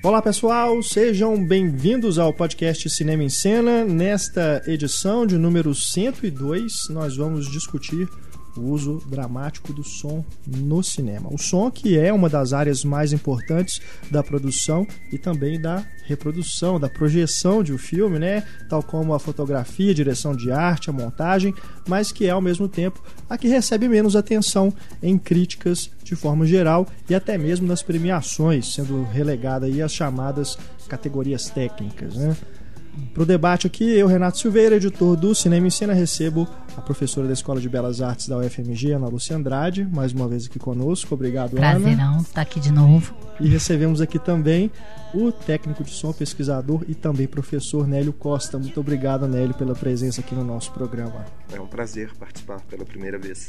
Olá pessoal, sejam bem-vindos ao podcast Cinema em Cena. Nesta edição de número 102, nós vamos discutir o uso dramático do som no cinema. O som que é uma das áreas mais importantes da produção e também da reprodução, da projeção de um filme, né? Tal como a fotografia, a direção de arte, a montagem, mas que é ao mesmo tempo a que recebe menos atenção em críticas de forma geral e até mesmo nas premiações, sendo relegada aí às chamadas categorias técnicas, né? Para o debate aqui, eu, Renato Silveira, editor do Cinema em Cena, recebo a professora da Escola de Belas Artes da UFMG, Ana Lúcia Andrade, mais uma vez aqui conosco. Obrigado, Ana. Prazerão estar aqui de novo. E recebemos aqui também o técnico de som, pesquisador e também professor Nélio Costa. Muito obrigado, Nélio, pela presença aqui no nosso programa. É um prazer participar pela primeira vez.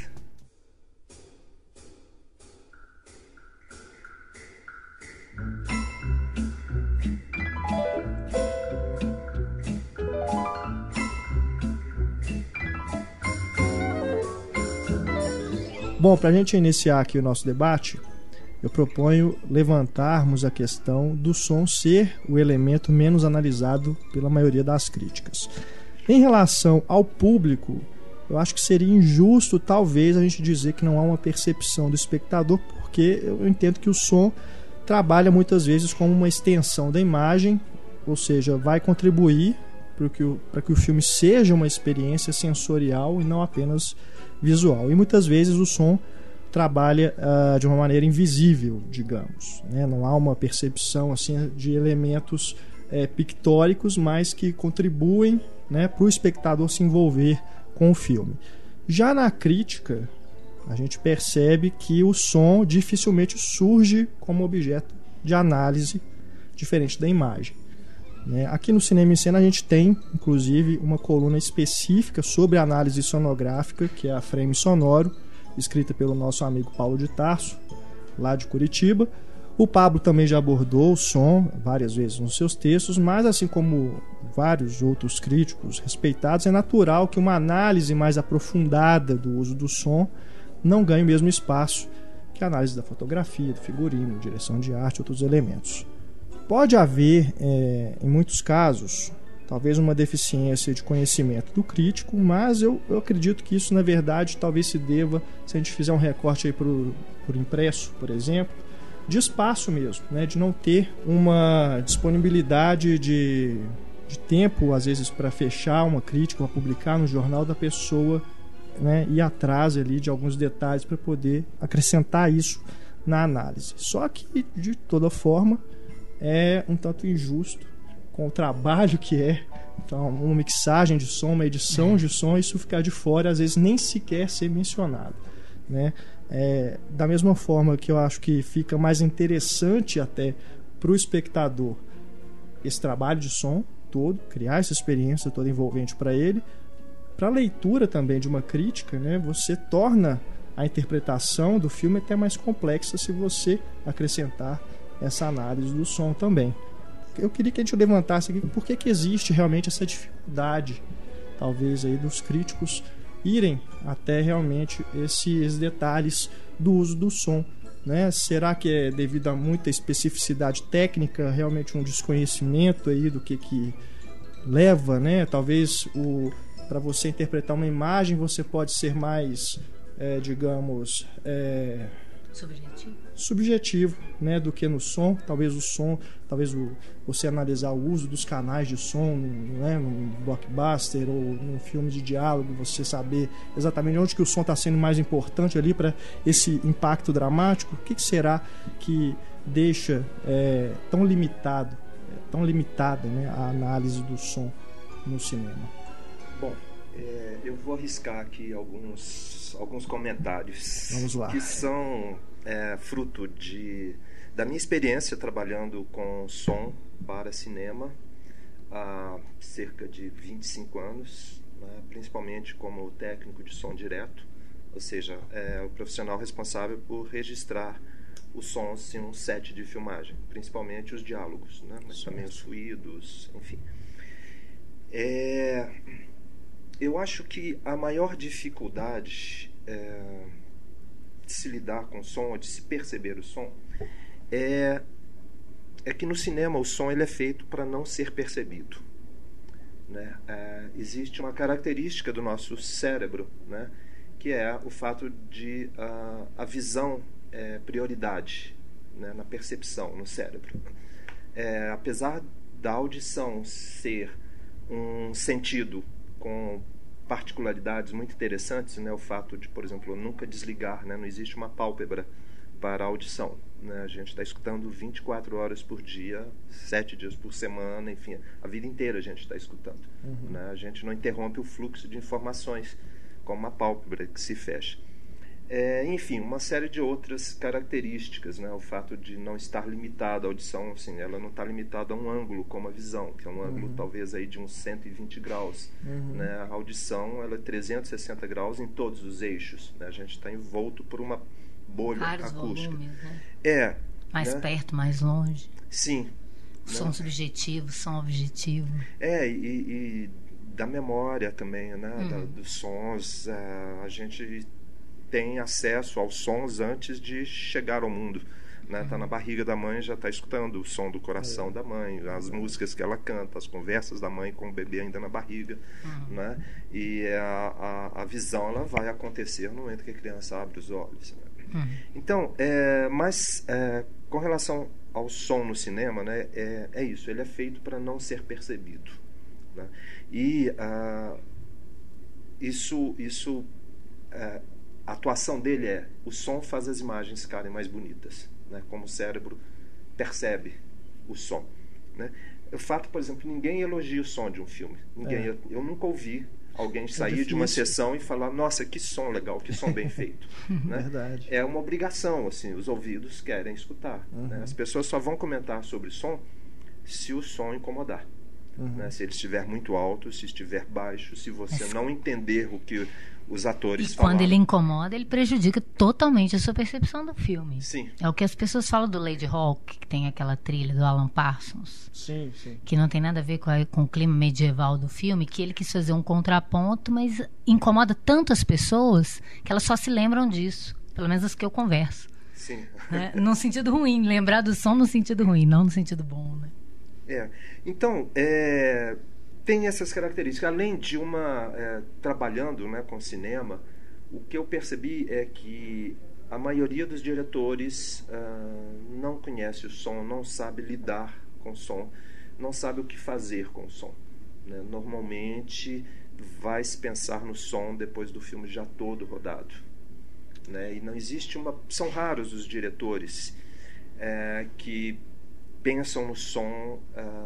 Bom, para a gente iniciar aqui o nosso debate, eu proponho levantarmos a questão do som ser o elemento menos analisado pela maioria das críticas. Em relação ao público, eu acho que seria injusto, talvez, a gente dizer que não há uma percepção do espectador, porque eu entendo que o som trabalha muitas vezes como uma extensão da imagem, ou seja, vai contribuir para que o filme seja uma experiência sensorial e não apenas visual. E muitas vezes o som trabalha de uma maneira invisível, digamos, né? Não há uma percepção assim, de elementos pictóricos, mas que contribuem, né, para o espectador se envolver com o filme. Já na crítica, a gente percebe que o som dificilmente surge como objeto de análise diferente da imagem. Aqui no Cinema em Cena a gente tem, inclusive, uma coluna específica sobre análise sonográfica, que é a Frame Sonoro, escrita pelo nosso amigo Paulo de Tarso, lá de Curitiba. O Pablo também já abordou o som várias vezes nos seus textos, mas assim como vários outros críticos respeitados, é natural que uma análise mais aprofundada do uso do som não ganhe o mesmo espaço que a análise da fotografia, do figurino, direção de arte e outros elementos. Pode haver, em muitos casos, talvez uma deficiência de conhecimento do crítico, mas eu acredito que isso, na verdade, talvez se deva, se a gente fizer um recorte aí por impresso, por exemplo, de espaço mesmo, né? De não ter uma disponibilidade de tempo, às vezes, para fechar uma crítica, para publicar no jornal da pessoa, né? Ir atrás ali de alguns detalhes para poder acrescentar isso na análise. Só que, de toda forma, é um tanto injusto com o trabalho que é, então, uma mixagem de som, uma edição de som, isso ficar de fora, às vezes nem sequer ser mencionado, né? Da mesma forma que eu acho que fica mais interessante até para o espectador esse trabalho de som todo, criar essa experiência toda envolvente para ele, para a leitura também de uma crítica, né? Você torna a interpretação do filme até mais complexa se você acrescentar essa análise do som também. Eu queria que a gente levantasse aqui por que existe realmente essa dificuldade, talvez, aí dos críticos irem até realmente esses detalhes do uso do som, né? Será que é devido a muita especificidade técnica, realmente um desconhecimento aí do que leva, né? Talvez para você interpretar uma imagem você pode ser mais, digamos, subjetivo, né, do que no som. Talvez você analisar o uso dos canais de som, né, num blockbuster ou num filme de diálogo, você saber exatamente onde que o som está sendo mais importante ali para esse impacto dramático. O que será que deixa tão limitada, né, a análise do som no cinema? Bom, eu vou arriscar aqui alguns comentários. Vamos lá. Que são fruto da minha experiência trabalhando com som para cinema há cerca de 25 anos, né, principalmente como técnico de som direto, ou seja, o profissional responsável por registrar os sons em um set de filmagem, principalmente os diálogos, né, mas também os ruídos, enfim. Eu acho que a maior dificuldade de se lidar com o som, ou de se perceber o som, é é que no cinema o som ele é feito para não ser percebido, né? Existe uma característica do nosso cérebro, né, que é o fato de a visão é prioridade, né, na percepção, no cérebro. Apesar da audição ser um sentido com particularidades muito interessantes, né, o fato de, por exemplo, nunca desligar, né, não existe uma pálpebra para a audição, né? A gente está escutando 24 horas por dia, 7 dias por semana, enfim, a vida inteira a gente está escutando, né? A gente não interrompe o fluxo de informações como uma pálpebra que se fecha. Enfim, uma série de outras características, né? O fato de não estar limitada a audição, assim, ela não está limitada a um ângulo como a visão, que é um ângulo talvez aí de uns 120 graus, né? A audição ela é 360 graus em todos os eixos, né? A gente está envolto por uma bolha vários acústica. Volumes, né? Mais né? Perto, mais longe. Sim. Som subjetivo, som objetivo. E da memória também, né? Dos sons, a gente tem acesso aos sons antes de chegar ao mundo, né? Tá na barriga da mãe, já está escutando o som do coração da mãe, as músicas que ela canta, as conversas da mãe com o bebê ainda na barriga, né? E a visão ela vai acontecer no momento que a criança abre os olhos, né? Então, mas com relação ao som no cinema, né, é isso, ele é feito para não ser percebido, né? E a atuação dele o som faz as imagens ficarem mais bonitas, né? Como o cérebro percebe o som, né? O fato, por exemplo, ninguém elogia o som de um filme. Eu nunca ouvi alguém sair de uma sessão e falar, nossa, que som legal, que som bem feito, né? Verdade. É uma obrigação, assim, os ouvidos querem escutar, né? As pessoas só vão comentar sobre som se o som incomodar, né? Se ele estiver muito alto, se estiver baixo, se você não entender o que os atores falaram. E quando ele incomoda, ele prejudica totalmente a sua percepção do filme. Sim. É o que as pessoas falam do Lady Hawk, que tem aquela trilha do Alan Parsons. Sim. Que não tem nada a ver com o clima medieval do filme, que ele quis fazer um contraponto, mas incomoda tanto as pessoas que elas só se lembram disso. Pelo menos as que eu converso. Sim. Num sentido ruim. Lembrar do som no sentido ruim, não no sentido bom, né? Então, tem essas características. Além de trabalhando, né, com cinema, o que eu percebi é que a maioria dos diretores não conhece o som, não sabe lidar com o som, não sabe o que fazer com o som, né? Normalmente vai se pensar no som depois do filme já todo rodado, né? E não existe são raros os diretores que pensam no som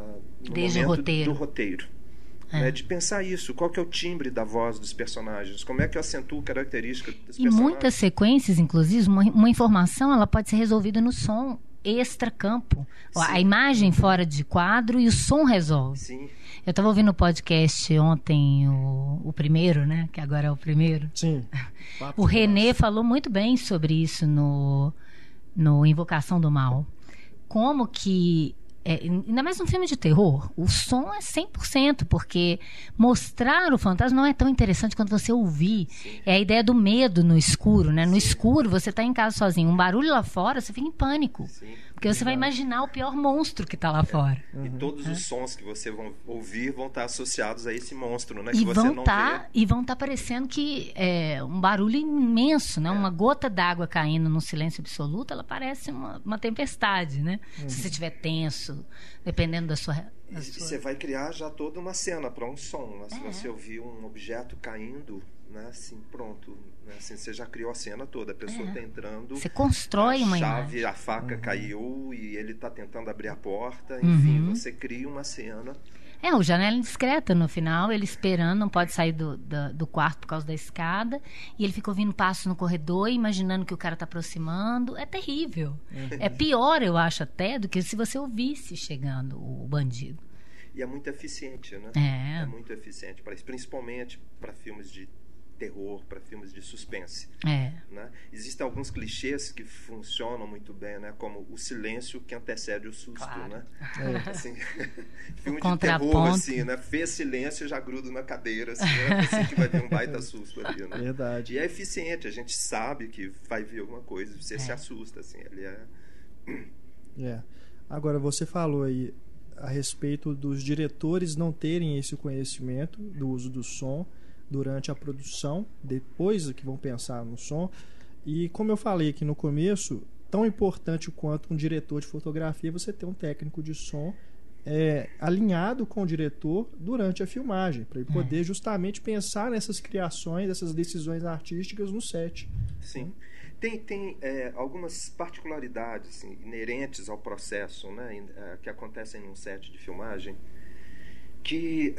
no desde momento o roteiro. do roteiro. Né, de pensar isso, qual que é o timbre da voz dos personagens, como é que eu acentuo característica dos personagens. E muitas sequências, inclusive, uma informação ela pode ser resolvida no som extra-campo. A imagem fora de quadro e o som resolve. Sim. Eu estava ouvindo o podcast ontem, o primeiro, né? Que agora é o primeiro. Sim. O René falou muito bem sobre isso no Invocação do Mal. Como que ainda mais num filme de terror, o som é 100%, porque mostrar o fantasma não é tão interessante quanto você ouvir. Sim. É a ideia do medo no escuro, né? No escuro, você está em casa sozinho, um barulho lá fora, você fica em pânico. Sim. Porque você vai imaginar o pior monstro que está lá fora. E todos os sons que você vão ouvir vão estar associados a esse monstro, né? E que você não vê. E vão estar parecendo que é um barulho imenso, né? Uma gota d'água caindo num silêncio absoluto, ela parece uma tempestade, né? Se você estiver tenso, dependendo da sua... Você vai criar já toda uma cena para um som, né? Se você ouvir um objeto caindo, né? Assim, pronto, né? Assim, você já criou a cena toda, a pessoa está entrando, você constrói uma chave, imagem. a faca caiu e ele está tentando abrir a porta, enfim, você cria uma cena. O Janela Indiscreta, no final, ele esperando, não pode sair do quarto por causa da escada, e ele fica ouvindo passos no corredor, imaginando que o cara está aproximando. É terrível. É pior, eu acho, até, do que se você ouvisse chegando o bandido. E é muito eficiente, né? É muito eficiente, principalmente para filmes de terror, para filmes de suspense. Né? Existem alguns clichês que funcionam muito bem, né? Como o silêncio que antecede o susto, claro. Né? Assim, filme de terror, assim, né? Fez silêncio, já grudo na cadeira, assim, né? Assim que vai vir um baita susto ali, né? Verdade. E é eficiente, a gente sabe que vai vir alguma coisa, você se assusta, assim, ele Agora, você falou aí a respeito dos diretores não terem esse conhecimento do uso do som durante a produção, depois que vão pensar no som. E como eu falei aqui no começo, tão importante quanto um diretor de fotografia, você ter um técnico de som alinhado com o diretor durante a filmagem, para ele poder justamente pensar nessas criações, essas decisões artísticas no set. Sim. Tem algumas particularidades assim, inerentes ao processo, né, que acontecem num set de filmagem que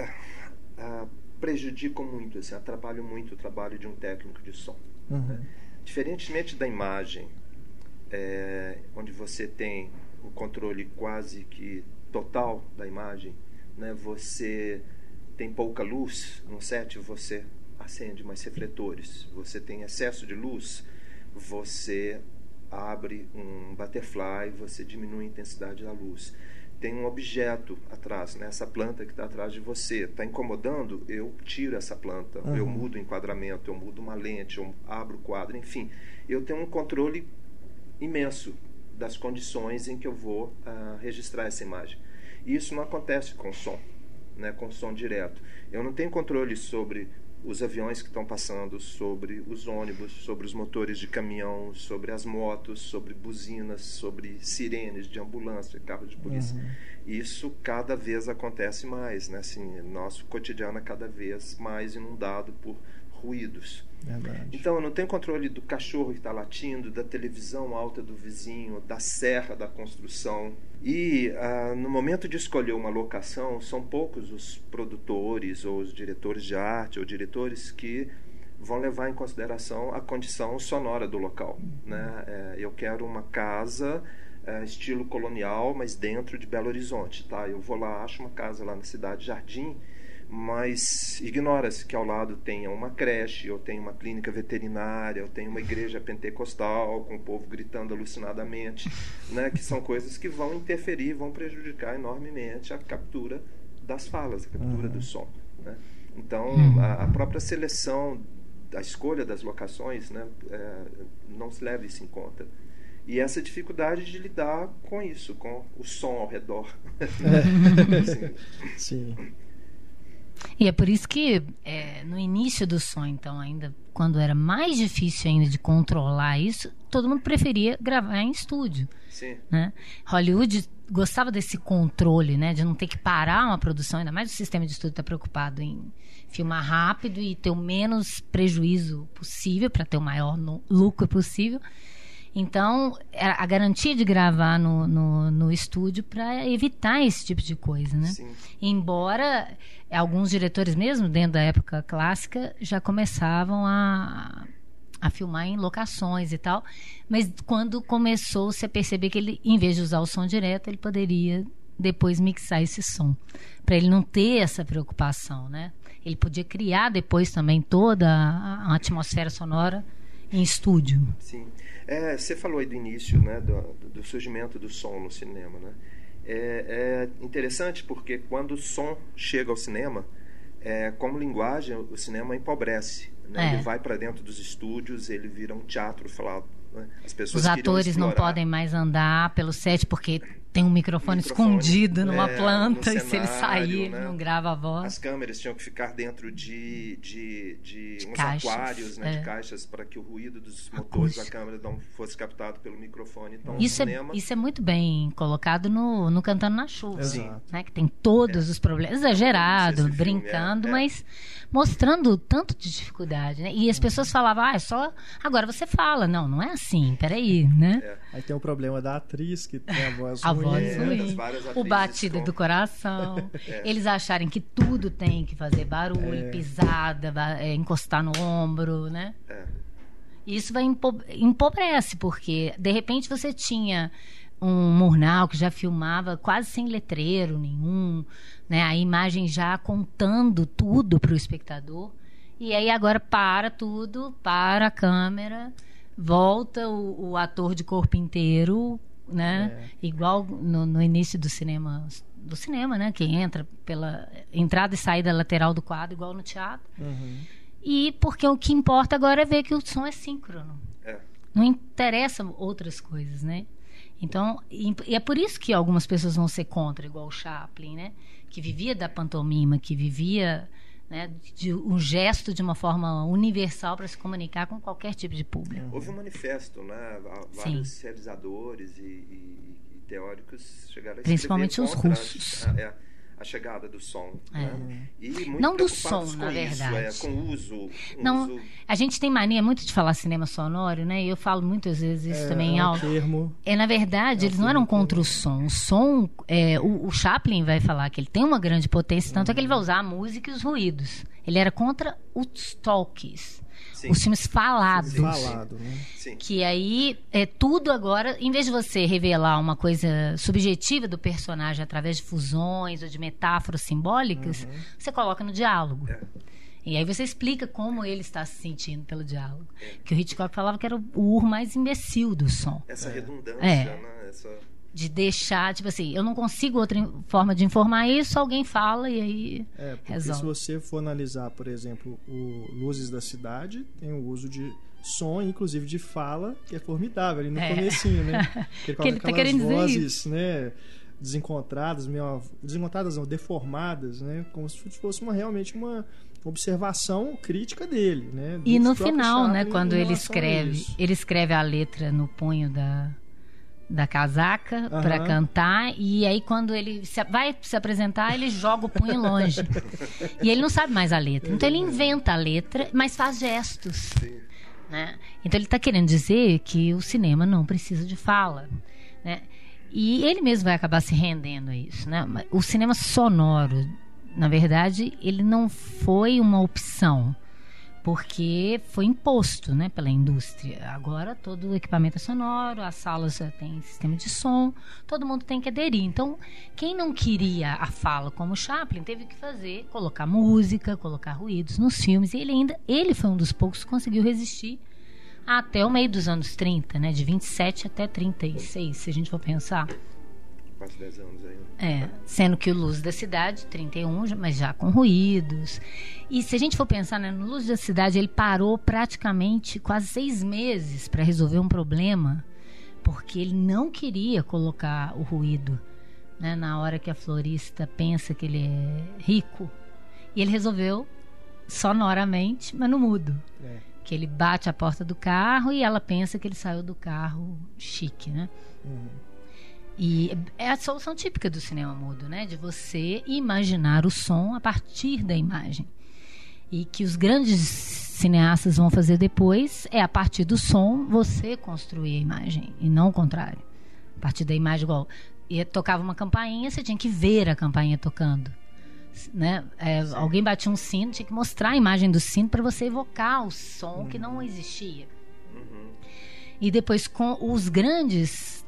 prejudicam muito, assim, atrapalham muito o trabalho de um técnico de som. Né? Diferentemente da imagem, onde você tem o controle quase que total da imagem, né? Você tem pouca luz no set, você acende mais refletores. Você tem excesso de luz, você abre um butterfly, você diminui a intensidade da luz. Tem um objeto atrás, né? Essa planta que está atrás de você está incomodando, eu tiro essa planta, eu mudo o enquadramento, eu mudo uma lente, eu abro o quadro, enfim, eu tenho um controle imenso das condições em que eu vou registrar essa imagem. E isso não acontece com som, né? Com som direto. Eu não tenho controle sobre os aviões que estão passando, sobre os ônibus, sobre os motores de caminhão, sobre as motos, sobre buzinas, sobre sirenes de ambulância, carros de polícia. Isso cada vez acontece mais, né? Assim, nosso cotidiano é cada vez mais inundado por ruídos. Verdade. Então eu não tenho controle do cachorro que está latindo, da televisão alta do vizinho, da serra da construção. E no momento de escolher uma locação, são poucos os produtores ou os diretores de arte ou diretores que vão levar em consideração a condição sonora do local, né? Eu quero uma casa estilo colonial, mas dentro de Belo Horizonte, tá? Eu vou lá, acho uma casa lá na Cidade Jardim, mas ignora-se que ao lado tenha uma creche, ou tenha uma clínica veterinária, ou tenha uma igreja pentecostal com o povo gritando alucinadamente, né? Que são coisas que vão interferir, vão prejudicar enormemente a captura das falas, a captura do som, né? Então, a própria seleção, a escolha das locações, né, não se leva isso em conta. E essa dificuldade de lidar com isso, com o som ao redor. Sim. E é por isso que no início do som, então, ainda quando era mais difícil ainda de controlar isso, todo mundo preferia gravar em estúdio. Sim. Né? Hollywood gostava desse controle, né, de não ter que parar uma produção, ainda mais o sistema de estúdio está preocupado em filmar rápido e ter o menos prejuízo possível para ter o maior lucro possível. Então, a garantia de gravar no estúdio para evitar esse tipo de coisa, né? Sim. Embora alguns diretores mesmo, dentro da época clássica, já começavam a filmar em locações e tal, mas quando começou-se a perceber que ele, em vez de usar o som direto, ele poderia depois mixar esse som, para ele não ter essa preocupação, né? Ele podia criar depois também toda a atmosfera sonora em estúdio. Sim. Você falou aí do início, né, do surgimento do som no cinema, né? É interessante porque quando o som chega ao cinema, como linguagem, o cinema empobrece, né? Ele vai para dentro dos estúdios, ele vira um teatro falado, né? As pessoas Os atores não podem mais andar pelo set porque tem um microfone escondido numa planta, cenário, e se ele sair, né, ele não grava a voz. As câmeras tinham que ficar dentro de uns caixas, aquários, né, de caixas, para que o ruído dos motores da câmera não fosse captado pelo microfone. Então, isso é muito bem colocado no Cantando na Chuva, né, que tem todos os problemas, exagerado, brincando, mas mostrando o tanto de dificuldade, né? E as pessoas falavam, é só agora você fala. Não é assim, peraí, né? Aí tem o problema da atriz, que tem a voz ruim, o batido do coração, eles acharem que tudo tem que fazer barulho, pisada, encostar no ombro, né? Isso vai empobrece, porque de repente você tinha um Murnau que já filmava quase sem letreiro nenhum, né? A imagem já contando tudo para o espectador, e aí agora para tudo, para a câmera, volta o ator de corpo inteiro, né? Igual no início do cinema, né? Que entra pela entrada e saída lateral do quadro, igual no teatro. E porque o que importa agora é ver que o som é síncrono. Não interessa outras coisas, né? Então, e é por isso que algumas pessoas vão ser contra, igual o Chaplin, né? Que vivia da pantomima, que vivia, né, de um gesto de uma forma universal para se comunicar com qualquer tipo de público. Houve um manifesto, né? Vários realizadores e teóricos chegaram a principalmente os russos. A chegada do som. Né? E muito não do som, na verdade. Isso, com o uso. Não, a gente tem mania muito de falar cinema sonoro, né? E eu falo muitas vezes isso também em aula. Na verdade, eles não eram contra o som. O som, o Chaplin vai falar que ele tem uma grande potência, tanto é que ele vai usar a música e os ruídos. Ele era contra os talkies. Sim. Os filmes falados. Falado, né? Sim. Que aí é tudo agora, em vez de você revelar uma coisa subjetiva do personagem através de fusões ou de metáforas simbólicas, você coloca no diálogo. E aí você explica como ele está se sentindo pelo diálogo. Que o Hitchcock falava que era o urro mais imbecil do som. Essa redundância, né? De deixar, tipo assim, eu não consigo outra forma de informar isso, alguém fala e aí resolve. Se você for analisar, por exemplo, o Luzes da Cidade, tem o uso de som, inclusive de fala, que é formidável ali no comecinho, né? Que ele tá querendo dizer vozes, isso, né? Desencontradas, desencontradas não, deformadas, né? Como se fosse realmente uma observação crítica dele, né? E no final, né? Quando ele escreve a letra no punho da casaca para cantar, e aí quando ele vai se apresentar, ele joga o punho longe. E ele não sabe mais a letra. Então ele inventa a letra, mas faz gestos. Né? Então ele está querendo dizer que o cinema não precisa de fala. Né? E ele mesmo vai acabar se rendendo a isso. Né? O cinema sonoro, na verdade, ele não foi uma opção, porque foi imposto, né, pela indústria. Agora todo o equipamento é sonoro, as salas já têm sistema de som, todo mundo tem que aderir. Então, quem não queria a fala como Chaplin teve que colocar música, colocar ruídos nos filmes. E ele foi um dos poucos que conseguiu resistir até o meio dos anos 30, né, de 27 até 36, se a gente for pensar. Quase 10 anos aí. Sendo que o Luz da Cidade, 31, mas já com ruídos. E se a gente for pensar, né, no Luz da Cidade, ele parou praticamente quase 6 meses para resolver um problema, porque ele não queria colocar o ruído, né, na hora que a florista pensa que ele é rico. E ele resolveu sonoramente, mas no mudo. Que ele bate a porta do carro e ela pensa que ele saiu do carro chique, né? E é a solução típica do cinema mudo, né? De você imaginar o som a partir da imagem. E que os grandes cineastas vão fazer depois é, a partir do som, você construir a imagem, e não o contrário. A partir da imagem, igual tocava uma campainha, você tinha que ver a campainha tocando. Né? Alguém batia um sino, tinha que mostrar a imagem do sino para você evocar o som que não existia. E depois, com os grandes...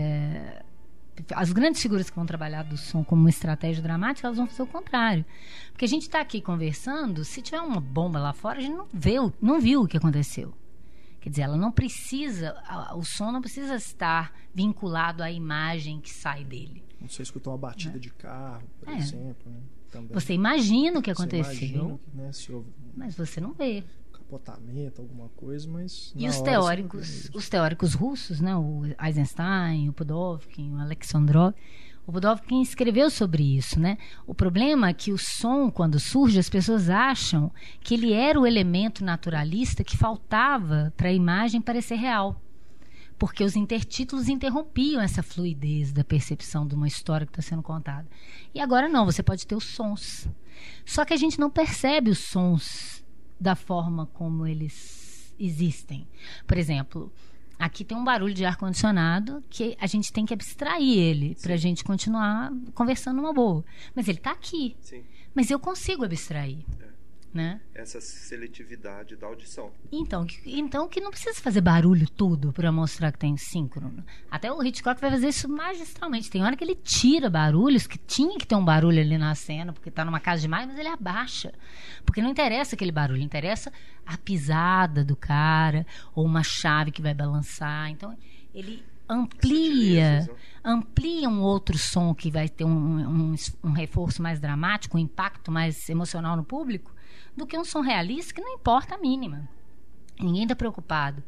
as grandes figuras que vão trabalhar do som como uma estratégia dramática, elas vão fazer o contrário. Porque a gente está aqui conversando, se tiver uma bomba lá fora, a gente não viu o que aconteceu. Quer dizer, ela não precisa, o som não precisa estar vinculado à imagem que sai dele. Você escutou uma batida de carro, por exemplo, né? Também. Você imagina o que aconteceu, mas você não vê. Capotamento, alguma coisa, mas... E os teóricos russos, né? O Eisenstein, o Pudovkin, o Alexandrov. O Pudovkin escreveu sobre isso, né? O problema é que o som, quando surge, as pessoas acham que ele era o elemento naturalista que faltava para a imagem parecer real. Porque os intertítulos interrompiam essa fluidez da percepção de uma história que está sendo contada. E agora não, você pode ter os sons. Só que a gente não percebe os sons da forma como eles existem. Por exemplo, aqui tem um barulho de ar-condicionado que a gente tem que abstrair ele para a gente continuar conversando numa boa. Mas ele está aqui. Sim. Mas eu consigo abstrair. Né? Essa seletividade da audição. Então que não precisa fazer barulho tudo para mostrar que tem síncrono. Até o Hitchcock vai fazer isso magistralmente. Tem hora que ele tira barulhos, que tinha que ter um barulho ali na cena, porque está numa casa demais, mas ele abaixa. Porque não interessa aquele barulho, interessa a pisada do cara, ou uma chave que vai balançar. Então, ele amplia um outro som que vai ter um reforço mais dramático, um impacto mais emocional no público, do que um som realista que não importa a mínima. Ninguém está preocupado.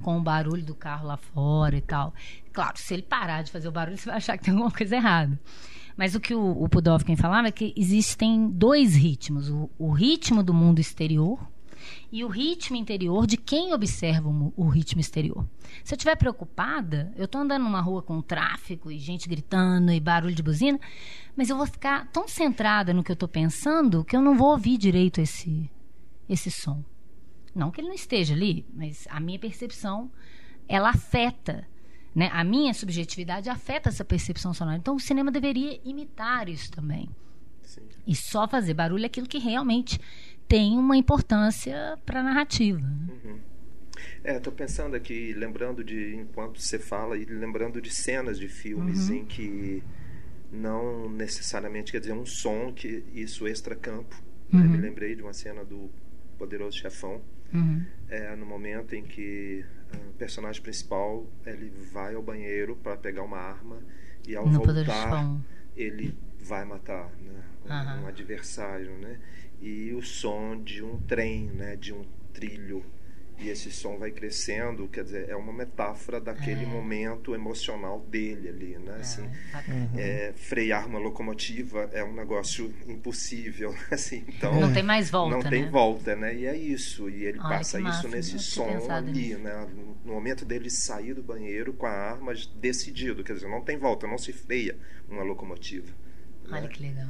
com o barulho do carro lá fora e tal. Claro, se ele parar de fazer o barulho, você vai achar que tem alguma coisa errada. Mas o que o Pudovkin falava é que existem dois ritmos. O ritmo do mundo exterior e o ritmo interior de quem observa o ritmo exterior. Se eu estiver preocupada, eu estou andando numa rua com tráfego e gente gritando e barulho de buzina, mas eu vou ficar tão centrada no que eu estou pensando que eu não vou ouvir direito esse som. Não que ele não esteja ali, mas a minha percepção, ela afeta, né? A minha subjetividade afeta essa percepção sonora. Então o cinema deveria imitar isso também. Sim. E só fazer barulho é aquilo que realmente tem uma importância para a narrativa. Uhum. Estou pensando aqui, lembrando enquanto você fala, e lembrando de cenas de filmes em que não necessariamente quer dizer um som, que isso extra-campo. Né? Me lembrei de uma cena do Poderoso Chefão, no momento em que o personagem principal ele vai ao banheiro para pegar uma arma e ao voltar ele vai matar, né, um adversário, né? E o som de um trem, né, de um trilho, e esse som vai crescendo, quer dizer, é uma metáfora daquele momento emocional dele ali, né? Assim, frear uma locomotiva é um negócio impossível, assim, então não tem mais volta, não tem volta, né? E é isso, e ele passa isso nesse som ali, né? No momento dele sair do banheiro com a arma decidido, quer dizer, não tem volta, não se freia uma locomotiva. Olha, né? Que legal.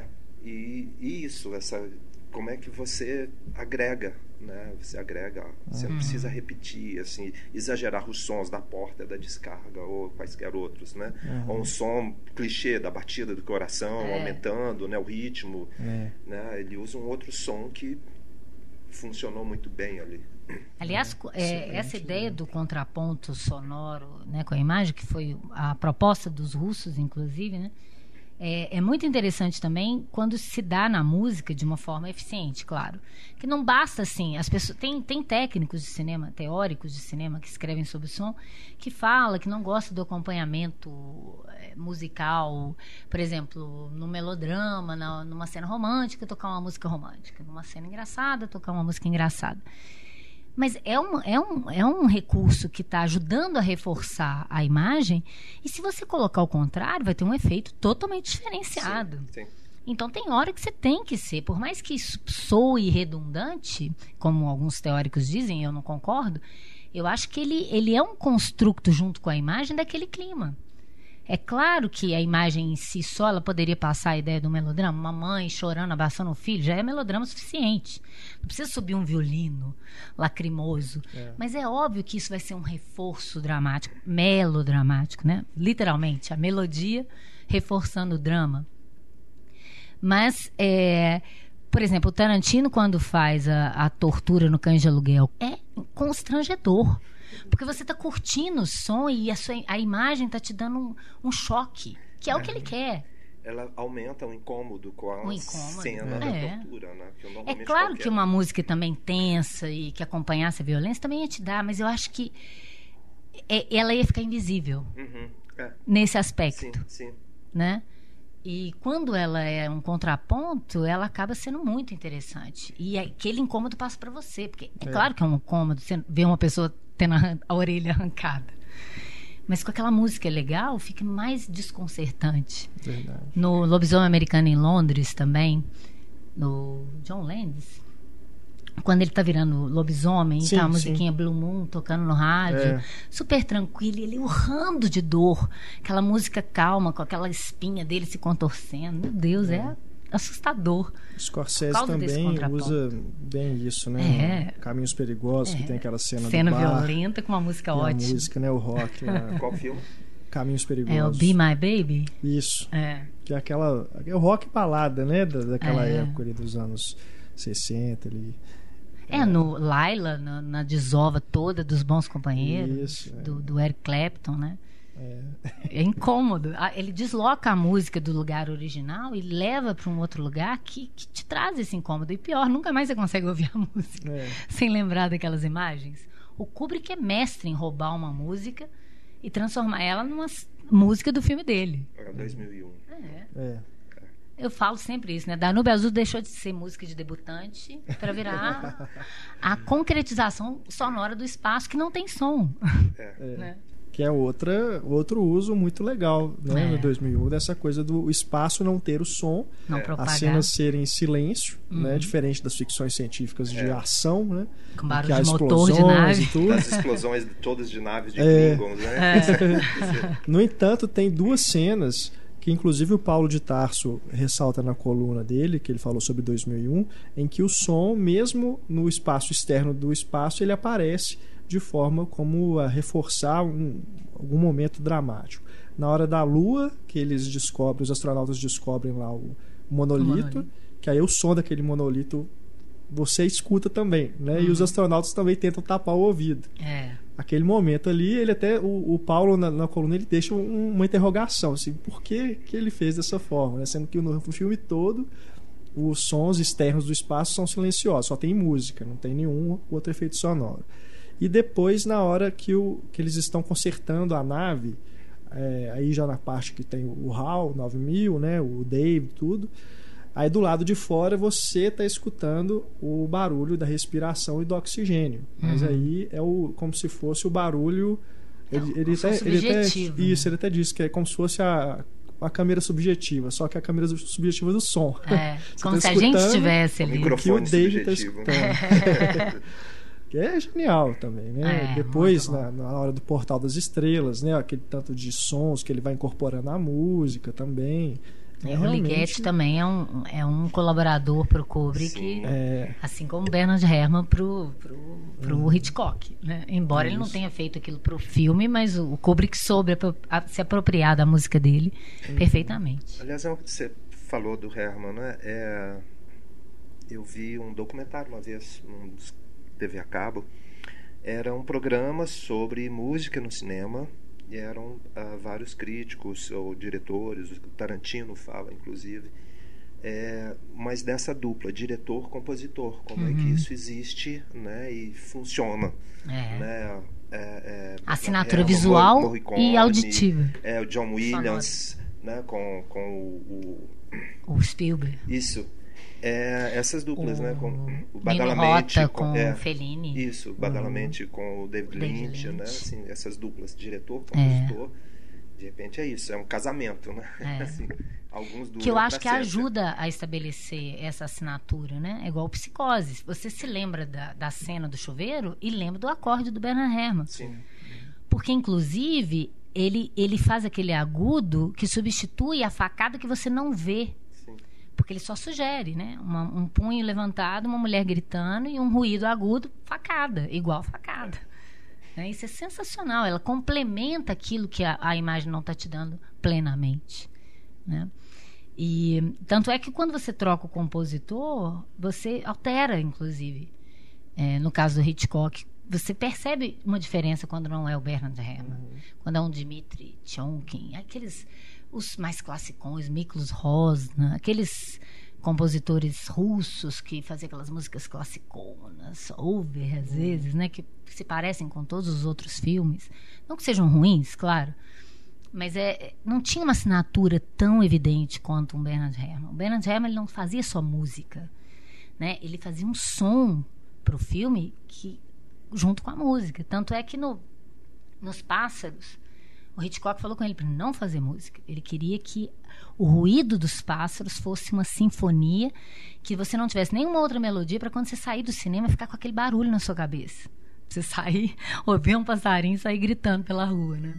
E isso, como é que você agrega, né? Você agrega, você não precisa repetir, assim, exagerar os sons da porta, da descarga ou quaisquer outros, né? Ou um som clichê da batida do coração, aumentando, né, o ritmo, né? Ele usa um outro som que funcionou muito bem ali. Aliás, essa ideia do contraponto sonoro, né, com a imagem, que foi a proposta dos russos, inclusive, né? É muito interessante também quando se dá na música de uma forma eficiente, claro. Que não basta assim, as pessoas tem técnicos de cinema, teóricos de cinema que escrevem sobre som, que fala que não gosta do acompanhamento musical, por exemplo, no melodrama, numa cena romântica, tocar uma música romântica, numa cena engraçada, tocar uma música engraçada. Mas é um recurso que está ajudando a reforçar a imagem, e se você colocar o contrário, vai ter um efeito totalmente diferenciado. Sim. Então tem hora que você tem que ser, por mais que isso soe redundante, como alguns teóricos dizem, eu não concordo, eu acho que ele é um construto junto com a imagem daquele clima. É claro que a imagem em si só, ela poderia passar a ideia do melodrama. Uma mãe chorando, abraçando o filho, já é melodrama suficiente. Não precisa subir um violino lacrimoso. Mas é óbvio que isso vai ser um reforço dramático, melodramático, né? Literalmente, a melodia reforçando o drama. Mas, por exemplo, o Tarantino, quando faz a tortura no Cães de Aluguel, é constrangedor. Porque você está curtindo o som e a imagem está te dando um choque, que é o que ele quer. Ela aumenta o incômodo com a cena da tortura, né? É claro que uma música também tensa e que acompanhasse a violência também ia te dar, mas eu acho que ela ia ficar invisível nesse aspecto. Sim. Né? E quando ela é um contraponto, ela acaba sendo muito interessante. E aquele incômodo passa para você, porque é claro que é um incômodo você ver uma pessoa tendo a orelha arrancada. Mas com aquela música legal, fica mais desconcertante. Verdade. No Lobisomem Americano em Londres também, no John Landis, quando ele tá virando lobisomem, tá a musiquinha Blue Moon tocando no rádio, super tranquilo, e ele urrando de dor, aquela música calma, com aquela espinha dele se contorcendo. Meu Deus, é assustador. Scorsese também usa bem isso, né? Caminhos Perigosos, que tem aquela cena do bar, violenta com uma música ótima. A música, né? O rock. Qual filme? Caminhos Perigosos. É o Be My Baby? Isso. Que é é o rock balada, né? Daquela época ali, dos anos 60 ali. No Laila, na desova toda dos Bons Companheiros, isso, do Eric Clapton, né? É incômodo. Ele desloca a música do lugar original e leva para um outro lugar que te traz esse incômodo. E pior, nunca mais você consegue ouvir a música sem lembrar daquelas imagens. O Kubrick é mestre em roubar uma música e transformar ela numa música do filme dele. Era 2001. Eu falo sempre isso, né? Danúbio Azul deixou de ser música de debutante para virar a concretização sonora do espaço que não tem som. Né? Que é outro uso muito legal, né, no 2001, dessa coisa do espaço não ter o som, as cenas serem em silêncio, né, diferente das ficções científicas de ação, né, com barulho de motor de nave. E tudo. As explosões todas de naves de Klingons, né? No entanto, tem duas cenas que inclusive o Paulo de Tarso ressalta na coluna dele, que ele falou sobre 2001, em que o som, mesmo no espaço externo do espaço, ele aparece de forma como a reforçar algum momento dramático. Na hora da Lua, que eles descobrem, os astronautas descobrem lá o monolito, que aí o som daquele monolito você escuta também, né? E os astronautas também tentam tapar o ouvido. Aquele momento ali, ele até, o Paulo na coluna, ele deixa uma interrogação, assim, por que ele fez dessa forma, né? Sendo que no filme todo os sons externos do espaço são silenciosos, só tem música, não tem nenhum outro efeito sonoro. E depois, na hora que eles estão consertando a nave, aí já na parte que tem o HAL 9000, né, o Dave, tudo, aí do lado de fora você está escutando o barulho da respiração e do oxigênio. Mas aí é como se fosse o barulho... Ele até disse que é como se fosse a câmera subjetiva, só que a câmera subjetiva do som. Como se a gente estivesse ali. O microfone que o Dave está subjetivo. escutando. Que é genial também, né? Depois, na hora do Portal das Estrelas, né? Aquele tanto de sons que ele vai incorporando na música também. O Ligeti também é um colaborador pro Kubrick, assim como o Bernard Herrmann pro Hitchcock, né? Embora ele não tenha feito aquilo pro filme, mas o Kubrick soube se apropriar da música dele perfeitamente. Aliás, você falou do Herrmann, né? Eu vi um documentário uma vez, TV a cabo, era um programa sobre música no cinema e eram vários críticos ou diretores, o Tarantino fala inclusive, mas dessa dupla diretor-compositor, como é que isso existe, né, e funciona, né? Assinatura visual Morricone, e auditiva. O John Williams, né, com o Spielberg. Isso. Essas duplas, né? Com o Badalamente com o Fellini. Isso, Badalamente com o David Lynch, né? Assim, essas duplas, diretor, compositor, de repente é isso, é um casamento, né? Assim, alguns duram que eu acho que sempre. Ajuda a estabelecer essa assinatura, né? É igual Psicose. Você se lembra da cena do chuveiro e lembra do acorde do Bernard Herrmann. Sim. Porque, inclusive, ele faz aquele agudo que substitui a facada que você não vê. Porque ele só sugere, né? Um punho levantado, uma mulher gritando e um ruído agudo, facada, igual facada. Né? Isso é sensacional. Ela complementa aquilo que a imagem não está te dando plenamente. Né? E tanto é que quando você troca o compositor, você altera, inclusive. No caso do Hitchcock, você percebe uma diferença quando não é o Bernard Herrmann. Quando é um Dmitri Chomkin, os mais classicões, Miklos Rozna, aqueles compositores russos que faziam aquelas músicas classiconas, over às vezes, né, que se parecem com todos os outros filmes. Não que sejam ruins, claro, mas não tinha uma assinatura tão evidente quanto um Bernard Herrmann. O Bernard Herrmann, ele não fazia só música, né? Ele fazia um som para o filme junto com a música. Tanto é que nos Pássaros, o Hitchcock falou com ele para não fazer música. Ele queria que o ruído dos pássaros fosse uma sinfonia, que você não tivesse nenhuma outra melodia para quando você sair do cinema ficar com aquele barulho na sua cabeça. Você sair, ouvir um passarinho e sair gritando pela rua, né?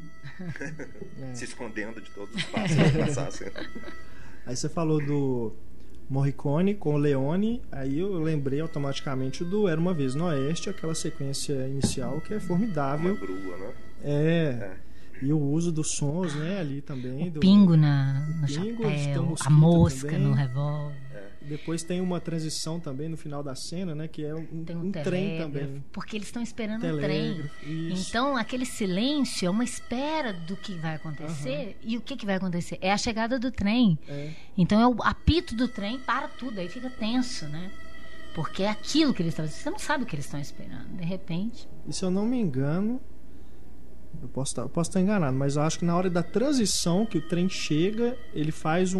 Se escondendo de todos os pássaros que passassem. Aí você falou do Morricone com o Leone, aí eu lembrei automaticamente do Era Uma Vez no Oeste, aquela sequência inicial que é formidável. Uma grua, né? E o uso dos sons, né, ali também. Pingo no chapéu, a mosca também. No revólver. Depois tem uma transição também no final da cena, né, que é um trem também. Porque eles estão esperando um trem. Isso. Então, aquele silêncio é uma espera do que vai acontecer. E o que vai acontecer? É a chegada do trem. Então, é o apito do trem, para tudo. Aí fica tenso, né? Porque é aquilo que eles estão... Você não sabe o que eles estão esperando. De repente... E se eu não me engano... Eu posso estar enganado, mas eu acho que na hora da transição que o trem chega, ele faz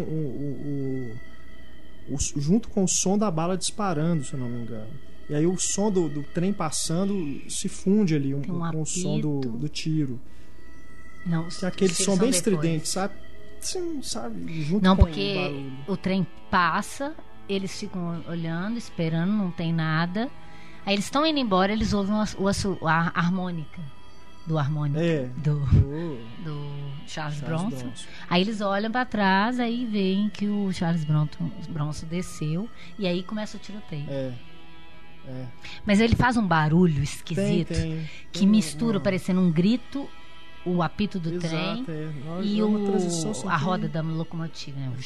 junto com o som da bala disparando, se eu não me engano. E aí o som do trem passando se funde ali com o som do tiro. Não, que é aquele som bem estridente, sabe? Sim, sabe? Junto não, com porque o barulho. o trem passa, eles ficam olhando, esperando, não tem nada. Aí eles estão indo embora, eles ouvem a harmônica. Do harmônico do Charles Bronson. Aí eles olham pra trás, aí veem que o Charles Bronson desceu, e aí começa o tiroteio. Mas ele faz um barulho esquisito que mistura, parecendo um grito, o apito do trem e a roda da locomotiva, né?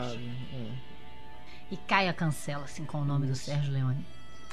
E cai a cancela, assim, com o nome do Sérgio Leone.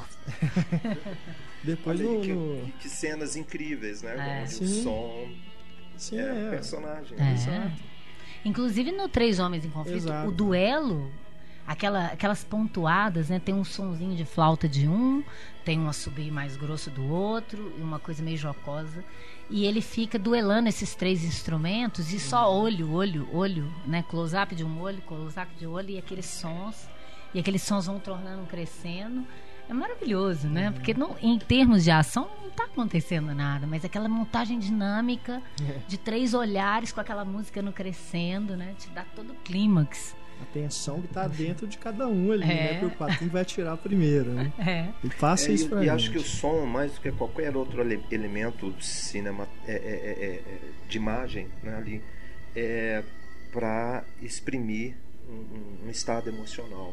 Depois que cenas incríveis, né? Onde o som o personagem. Exato. Inclusive no Três Homens em Conflito, o duelo, aquelas pontuadas, né? Tem um sonzinho de flauta de um, tem um assobio mais grosso do outro, e uma coisa meio jocosa. E ele fica duelando esses três instrumentos e só olho, né? Close-up de um olho, close-up de olho, e aqueles sons vão tornando, crescendo. É maravilhoso, né? Porque em termos de ação não está acontecendo nada, mas aquela montagem dinâmica de três olhares com aquela música no crescendo, né? Te dá todo o clímax. A tensão que está dentro de cada um ali, né? Porque o Patinho vai atirar primeiro, né? Ele passa isso pra gente. E acho que o som, mais do que qualquer outro elemento de imagem, né, ali, é para exprimir um estado emocional.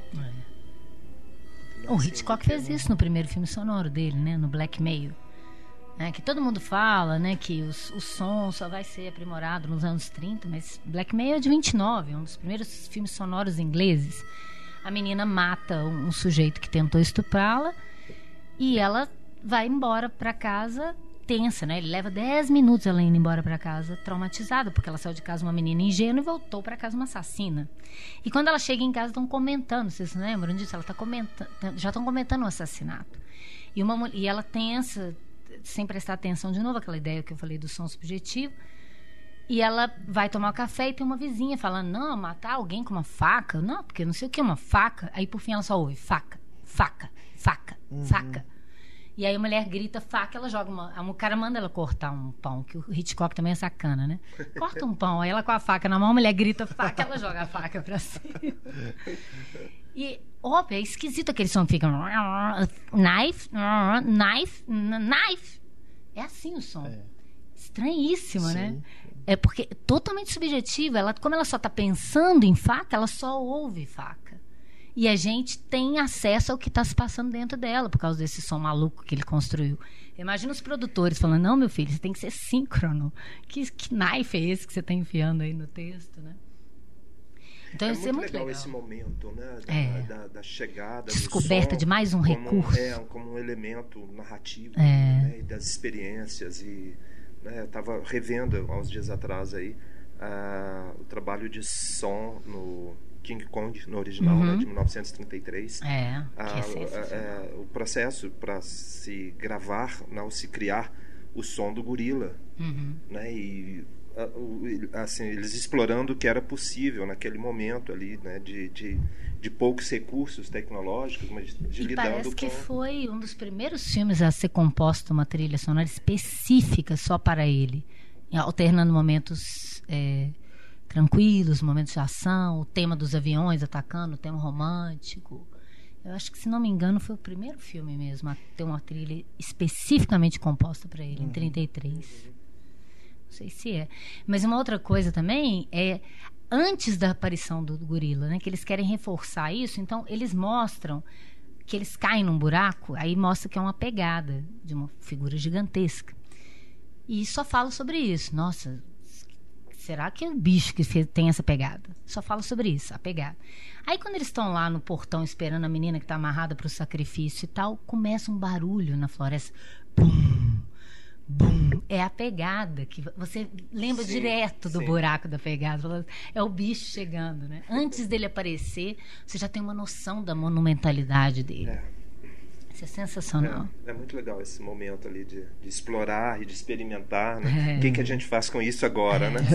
O Hitchcock fez isso no primeiro filme sonoro dele, né? No Blackmail. Que todo mundo fala, né, que o som só vai ser aprimorado nos anos 30, mas Blackmail é de 29, um dos primeiros filmes sonoros ingleses. A menina mata um sujeito que tentou estuprá-la e ela vai embora para casa tensa, né? Ele leva 10 minutos ela indo embora para casa traumatizada, porque ela saiu de casa uma menina ingênua e voltou para casa uma assassina. E quando ela chega em casa, estão comentando, vocês se lembram disso? Ela tá já estão comentando o assassinato. E ela tensa, sem prestar atenção, de novo, aquela ideia que eu falei do som subjetivo. E ela vai tomar um café e tem uma vizinha falando, não, matar alguém com uma faca? Não, porque não sei o que é uma faca. Aí, por fim, ela só ouve faca, faca, faca, faca. E aí a mulher grita faca, ela joga o cara manda ela cortar um pão, que o Hitchcock também é sacana, né? Corta um pão, aí ela com a faca na mão, a mulher grita faca, ela joga a faca pra cima. E, óbvio, é esquisito aquele som que fica knife, knife, knife. É assim o som. Estranhíssimo, né? É porque é totalmente subjetivo. Como ela só tá pensando em faca, ela só ouve faca. E a gente tem acesso ao que está se passando dentro dela por causa desse som maluco que ele construiu. Imagina os produtores falando, não, meu filho, você tem que ser síncrono. Que knife é esse que você está enfiando aí no texto, né? Então, isso é muito legal. Esse momento, né? Da chegada, descoberta do som, de mais um recurso. Como um elemento narrativo, né? E das experiências. E, né, eu estava revendo há uns dias atrás aí o trabalho de som no King Kong, no original, né, de 1933. Que é sensacional. O processo para se gravar, não, se criar o som do gorila, né, e assim, eles explorando o que era possível naquele momento ali, né, de poucos recursos tecnológicos, mas de lidando parece que foi um dos primeiros filmes a ser composto uma trilha sonora específica só para ele, alternando momentos tranquilos, momentos de ação, o tema dos aviões atacando, o tema romântico. Eu acho que, se não me engano, foi o primeiro filme mesmo a ter uma trilha especificamente composta para ele, em 33. Não sei se é. Mas uma outra coisa também é, antes da aparição do gorila, né, que eles querem reforçar isso, então eles mostram que eles caem num buraco, aí mostra que é uma pegada de uma figura gigantesca. E só fala sobre isso. Nossa, será que é o bicho que tem essa pegada? Só fala sobre isso, a pegada. Aí, quando eles estão lá no portão esperando a menina que está amarrada para o sacrifício e tal, começa um barulho na floresta. Bum, bum. É a pegada que você lembra direto do buraco da pegada. É o bicho chegando, né? Antes dele aparecer, você já tem uma noção da monumentalidade dele. Isso é sensacional. É muito legal esse momento ali de explorar e de experimentar, né? O que a gente faz com isso agora, né?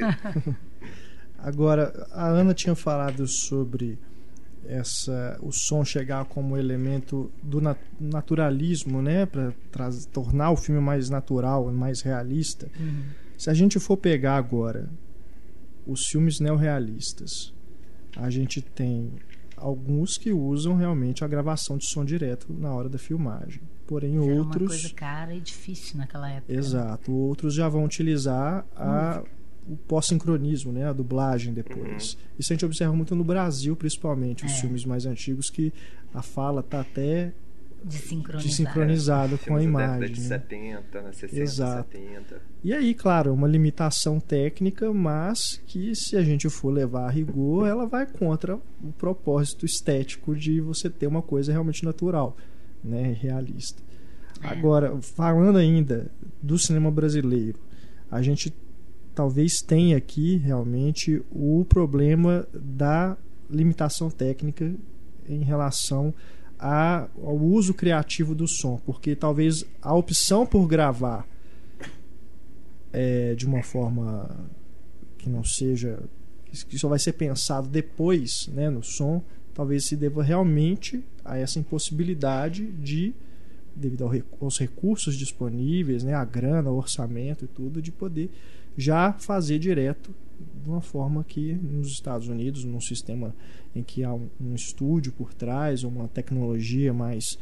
Agora, a Ana tinha falado sobre o som chegar como elemento do naturalismo, né, para tornar o filme mais natural, mais realista. Se a gente for pegar agora os filmes neorrealistas, a gente tem alguns que usam realmente a gravação de som direto na hora da filmagem. Porém, Era outros... uma coisa cara e difícil naquela época. Exato. Outros já vão utilizar o pós-sincronismo, né? A dublagem depois. Isso a gente observa muito no Brasil, principalmente, os filmes mais antigos, que a fala está até desincronizada com a imagem. Década de 70, né? 60, Exato. 70. E aí, claro, uma limitação técnica, mas que, se a gente for levar a rigor, ela vai contra o propósito estético de você ter uma coisa realmente natural, né, realista. Agora, falando ainda do cinema brasileiro, a gente talvez tenha aqui realmente o problema da limitação técnica em relação ao uso criativo do som, porque talvez a opção por gravar de uma forma que não seja, que só vai ser pensado depois, né, no som, talvez se deva realmente a essa impossibilidade devido aos recursos disponíveis, né, a grana, o orçamento e tudo, de poder já fazer direto de uma forma que nos Estados Unidos, num sistema em que há um estúdio por trás, uma tecnologia mais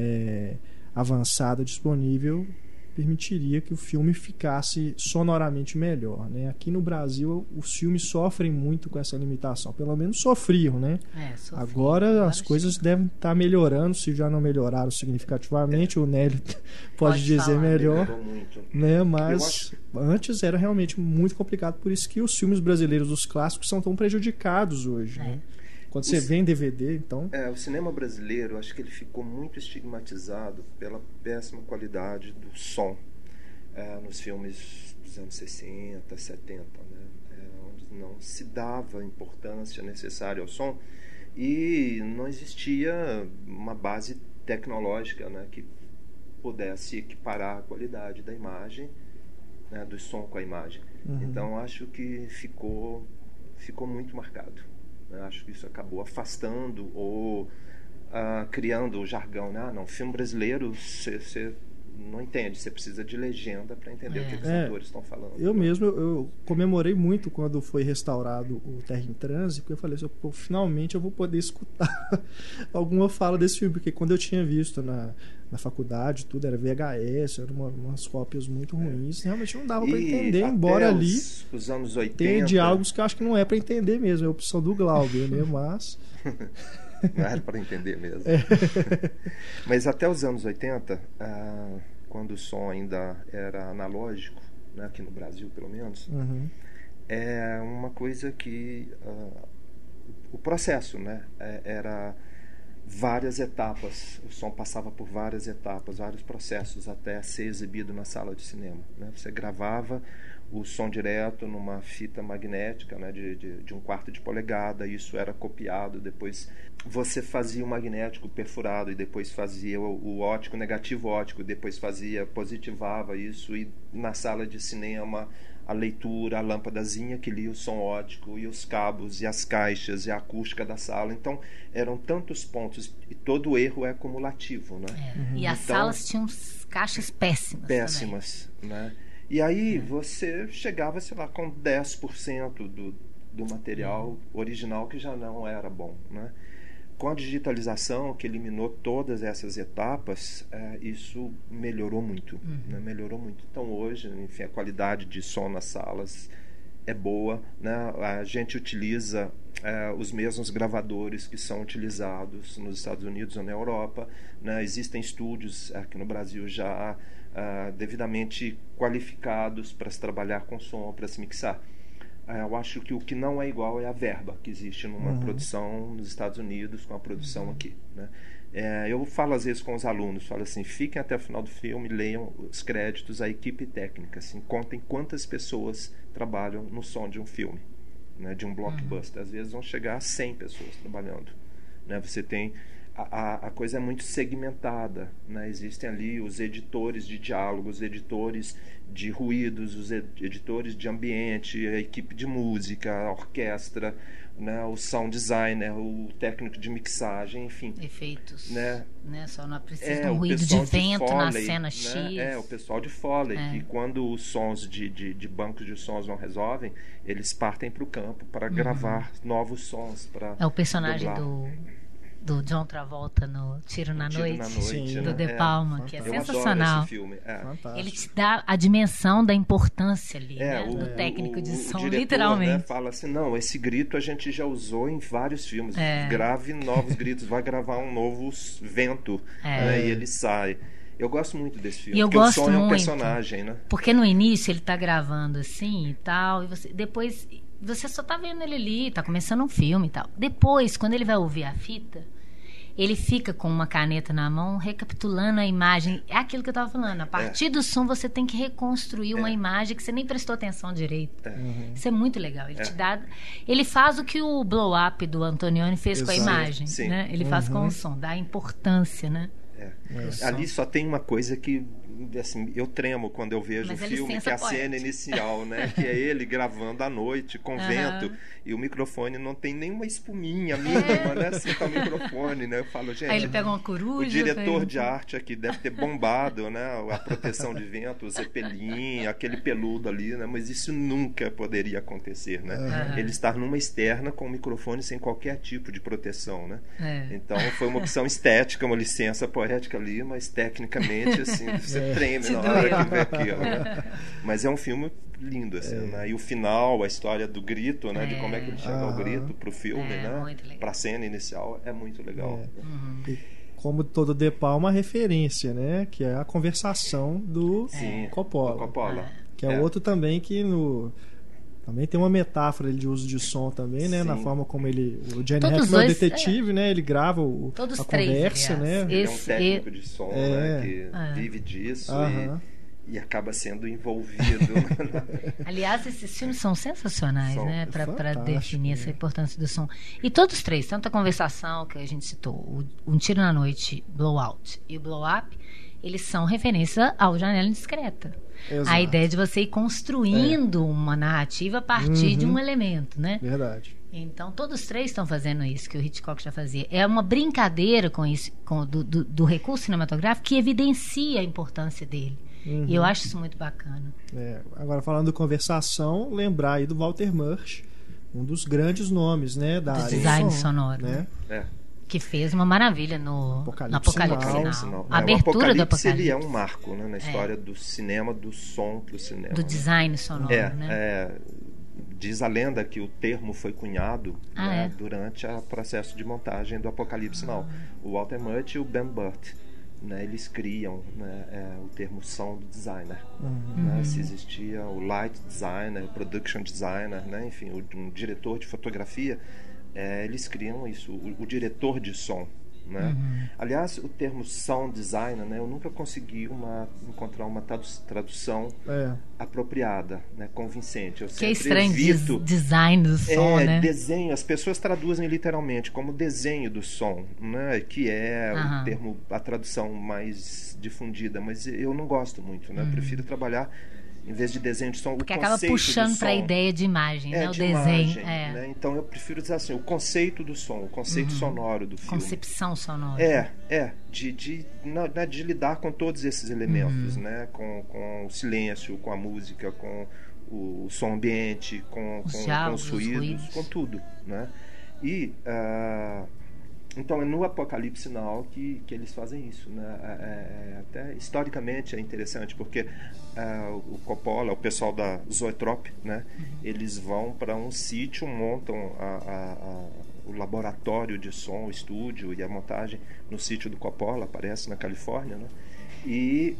avançada disponível, permitiria que o filme ficasse sonoramente melhor, né? Aqui no Brasil os filmes sofrem muito com essa limitação, pelo menos sofriam, né? Agora as coisas devem estar melhorando, se já não melhoraram significativamente, o Nélio pode dizer falar, melhor, né? Mas antes era realmente muito complicado, por isso que os filmes brasileiros, os clássicos, são tão prejudicados hoje, né? Quando você vê em DVD, então... o cinema brasileiro, acho que ele ficou muito estigmatizado pela péssima qualidade do som nos filmes dos anos 60, 70, né? Onde não se dava a importância necessária ao som e não existia uma base tecnológica, né, que pudesse equiparar a qualidade da imagem, né, do som com a imagem. Então, acho que ficou muito marcado. Acho que isso acabou afastando ou criando o jargão, né? Não, filme brasileiro você não entende, você precisa de legenda para entender o que os atores estão falando. Eu mesmo, eu comemorei muito quando foi restaurado o Terra em Trânsito, porque eu falei assim, finalmente eu vou poder escutar alguma fala desse filme, porque quando eu tinha visto na faculdade, tudo era VHS, eram umas cópias muito ruins, realmente não dava para entender, embora ali os anos 80 tem diálogos que eu acho que não é para entender mesmo, é a opção do Glauber, né? Mas não era para entender mesmo. Mas até os anos 80, quando o som ainda era analógico, né, aqui no Brasil pelo menos, é uma coisa que o processo, né, era várias etapas, o som passava por várias etapas, vários processos até ser exibido na sala de cinema, né? Você gravava o som direto numa fita magnética, né, de 1/4 de polegada, isso era copiado, depois você fazia o magnético perfurado e depois fazia o óptico, negativo óptico, depois positivava isso, e na sala de cinema a leitura, a lâmpadazinha que lia o som óptico, e os cabos, e as caixas, e a acústica da sala. Então, eram tantos pontos, e todo erro é cumulativo, né? E as salas tinham caixas péssimas. Péssimas, também, né? E aí você chegava, sei lá, com 10% do material original que já não era bom, né? Com a digitalização, que eliminou todas essas etapas, isso melhorou muito, né? Melhorou muito. Então hoje, enfim, a qualidade de som nas salas é boa, né? A gente utiliza os mesmos gravadores que são utilizados nos Estados Unidos ou na Europa, né? Existem estúdios aqui no Brasil já devidamente qualificados para se trabalhar com som, para se mixar. Eu acho que o que não é igual é a verba que existe numa produção nos Estados Unidos com a produção aqui, né? Eu falo às vezes com os alunos, falo assim, fiquem até o final do filme, leiam os créditos, a equipe técnica, assim, contem quantas pessoas trabalham no som de um filme, né, de um blockbuster. Às vezes vão chegar a 100 pessoas trabalhando, né? Você tem a coisa é muito segmentada, né? Existem ali os editores de diálogos, os editores de ruídos, os editores de ambiente, a equipe de música, a orquestra, né? O sound designer, o técnico de mixagem, enfim. Efeitos, né? Só não precisa de um ruído de vento Foley, na cena né? X. O pessoal de Foley, que quando os sons de bancos de sons não resolvem, eles partem para o campo para gravar novos sons. É o personagem do John Travolta no Tiro na Noite, Sim, do De Palma, que é sensacional. Esse filme. Ele te dá a dimensão da importância ali, do técnico de som, diretor, literalmente. Né, fala assim, não, esse grito a gente já usou em vários filmes, grave novos gritos, vai gravar um novo vento, né, e ele sai. Eu gosto muito desse filme, porque o som é um personagem, né? Porque no início ele tá gravando assim e tal, e depois você só tá vendo ele ali, tá começando um filme e tal. Depois, quando ele vai ouvir a fita, ele fica com uma caneta na mão, recapitulando a imagem. É aquilo que eu tava falando. A partir do som, você tem que reconstruir uma imagem que você nem prestou atenção direito. Isso é muito legal. Ele te dá... Ele faz o que o Blow Up do Antonioni fez com a imagem. Né? Ele faz com o som, dá importância, né? Ali só tem uma coisa que assim, eu tremo quando eu vejo o filme, que é a cena inicial, né? Que é ele gravando à noite com vento, e o microfone não tem nenhuma espuminha mínima, né? Assim, tá o microfone, né? Eu falo, gente, aí ele pega uma coruja, o diretor de arte aqui deve ter bombado, né? A proteção de vento, o Zeppelin, aquele peludo ali, né? Mas isso nunca poderia acontecer, né? Ele estar numa externa com o microfone sem qualquer tipo de proteção, né? Então foi uma opção estética, uma licença poética ali, mas tecnicamente, assim, você treme na hora que vê aquilo, né? Mas é um filme lindo, assim, né? E o final, a história do grito, né? De como é que ele chega ao grito pro filme, né? Pra cena inicial, é muito legal. E como todo De Palma, uma referência, né? Que é a conversação do Coppola. Que é outro também que também tem uma metáfora de uso de som também, né? Na forma como o Gene Hackman é o detetive, né? Ele grava a conversa, né? Ele é um técnico de som, né? Que vive disso e acaba sendo envolvido. Aliás, esses filmes são sensacionais, né? Para definir essa importância do som. E todos os três, tanto a conversação que a gente citou, Um Tiro na Noite, Blowout e o Blow Up, eles são referência ao Janela Indiscreta. Exato. A ideia de você ir construindo uma narrativa a partir de um elemento, né? Verdade. Então, todos os três estão fazendo isso que o Hitchcock já fazia. É uma brincadeira com isso, do recurso cinematográfico que evidencia a importância dele. E eu acho isso muito bacana. Agora, falando de conversação, lembrar aí do Walter Murch, um dos grandes nomes, né? Da área design sonoro. Né? Que fez uma maravilha no Apocalipse Now. A abertura do Apocalipse. Ele é um marco, né, na história do cinema, do som pro cinema. Do design sonoro, né? Diz a lenda que o termo foi cunhado durante o processo de montagem do Apocalipse Now. O Walter Murch e o Ben Burtt, né, eles criam, né, o termo sound designer. Né, se existia o light designer, o production designer, né, enfim, um diretor de fotografia, eles criam isso, o diretor de som, né? Aliás, o termo sound designer, né, eu nunca consegui encontrar uma tradução apropriada, né, convincente. Eu que é estranho, design do som, né? Desenho, as pessoas traduzem literalmente como desenho do som, né, que é o termo, a tradução mais difundida, mas eu não gosto muito, né? Eu prefiro trabalhar, em vez de desenho de som, porque o conceito acaba puxando para a ideia de imagem, né? O desenho. Né? Então eu prefiro dizer assim, o conceito do som, o conceito sonoro do filme. Concepção sonora. De lidar com todos esses elementos, né? Com o silêncio, com a música, com o som ambiente, com os ruídos, com tudo, né? E então é no Apocalipse Now que eles fazem isso, né? Até historicamente é interessante, porque o Coppola, o pessoal da Zoetrope, né? Eles vão para um sítio, montam o laboratório de som, o estúdio e a montagem no sítio do Coppola, aparece na Califórnia, né? E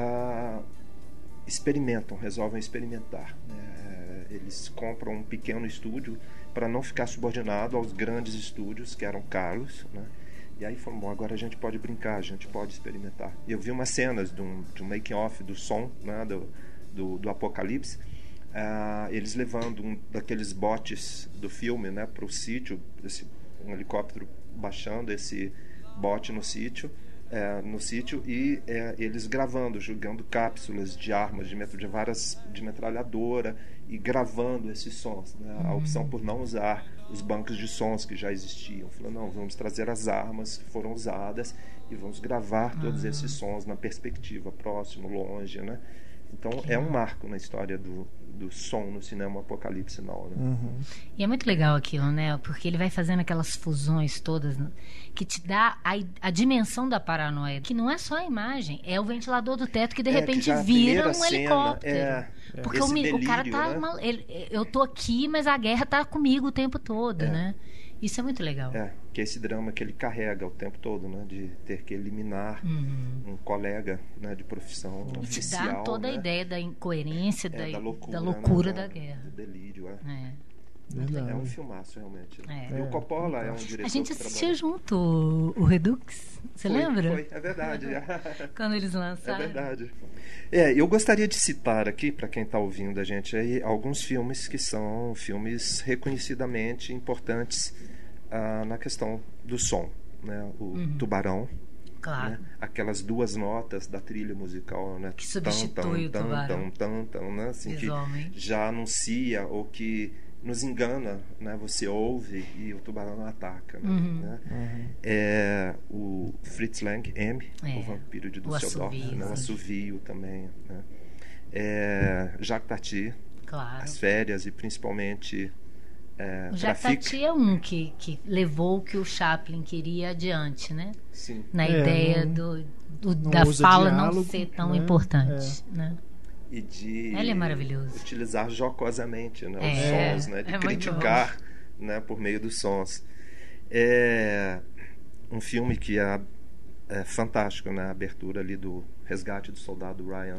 resolvem experimentar, né? Eles compram um pequeno estúdio para não ficar subordinado aos grandes estúdios que eram caros, né? E aí falaram, bom, agora a gente pode brincar, a gente pode experimentar. E eu vi umas cenas de um making off do som, né, do Apocalipse, eles levando um daqueles botes do filme, né, para o sítio, um helicóptero baixando esse bote no sítio e eles gravando, jogando cápsulas de armas de metralhadora e gravando esses sons, né? A opção por não usar os bancos de sons que já existiam, falou, não, vamos trazer as armas que foram usadas e vamos gravar todos esses sons na perspectiva, próximo, longe, né? Então é um marco na história do som no cinema Apocalipse Now, né? E é muito legal aquilo, né? Porque ele vai fazendo aquelas fusões todas, né? Que te dá a dimensão da paranoia, que não é só a imagem, é o ventilador do teto que de repente vira um helicóptero. Porque o cara tá... Né? Eu tô aqui, mas a guerra tá comigo o tempo todo, né? Isso é muito legal. Que é esse drama que ele carrega o tempo todo, né? De ter que eliminar um colega, né? De profissão oficial. E te dá toda, né? A ideia da incoerência, da loucura, né? Da guerra. Do delírio, Verdade. É um filmaço, realmente. E o Coppola é um diretor. A gente assistia junto o Redux. Você lembra? Foi, é verdade. Quando eles lançaram. É verdade. Eu gostaria de citar aqui, para quem está ouvindo a gente aí, alguns filmes que são filmes reconhecidamente importantes na questão do som, né? O Tubarão. Claro. Né? Aquelas 2 notas da trilha musical, né? Que substitui o Tubarão. Né? Assim, que já anuncia ou que nos engana, né? Você ouve e o tubarão não ataca, né? O Fritz Lang, M, o Vampiro de Düsseldorf, né? O assovio também, né? Jacques Tati, claro. As Férias e principalmente o Jacques Tati é um que levou o que o Chaplin queria adiante, né? Sim. Na ideia da fala diálogo, não ser tão importante, né? E de ele é maravilhoso. Utilizar jocosamente, né, os sons, né, de criticar, né, por meio dos sons. É um filme que é fantástico, né, a abertura ali do Resgate do Soldado Ryan.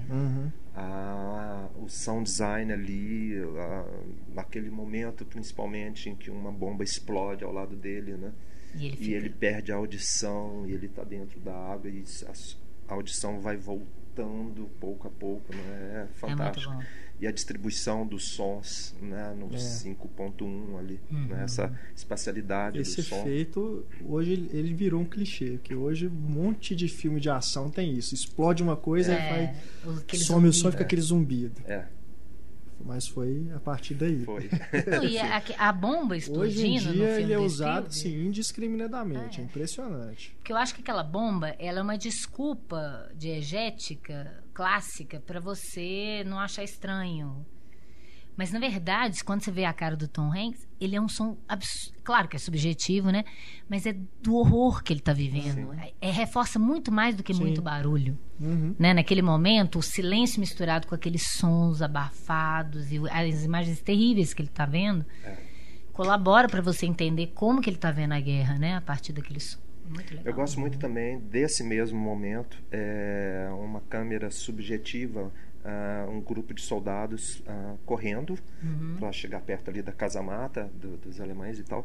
O sound design ali, naquele momento principalmente em que uma bomba explode ao lado dele, né, e ele perde a audição e ele está dentro da água e a audição vai voltando pouco a pouco, né? É fantástico. E a distribuição dos sons, né? No 5.1 ali, né? Essa espacialidade do som. Esse efeito, hoje ele virou um clichê, porque hoje um monte de filme de ação tem isso. Explode uma coisa e some o som e fica aquele zumbido. Mas foi a partir daí. E a bomba explodindo hoje em dia no filme ele é usado indiscriminadamente. É impressionante. Porque eu acho que aquela bomba ela é uma desculpa diegética clássica para você não achar estranho. Mas na verdade, quando você vê a cara do Tom Hanks, ele é um som claro que é subjetivo, né? Mas é do horror que ele está vivendo. Reforça muito mais do que muito barulho. Né? Naquele momento, o silêncio misturado com aqueles sons abafados e as imagens terríveis que ele está vendo colabora para você entender como que ele está vendo a guerra, né? A partir daquele som. Muito legal. Eu gosto muito também desse mesmo momento, uma câmera subjetiva, um grupo de soldados correndo para chegar perto ali da casa-mata dos alemães e tal,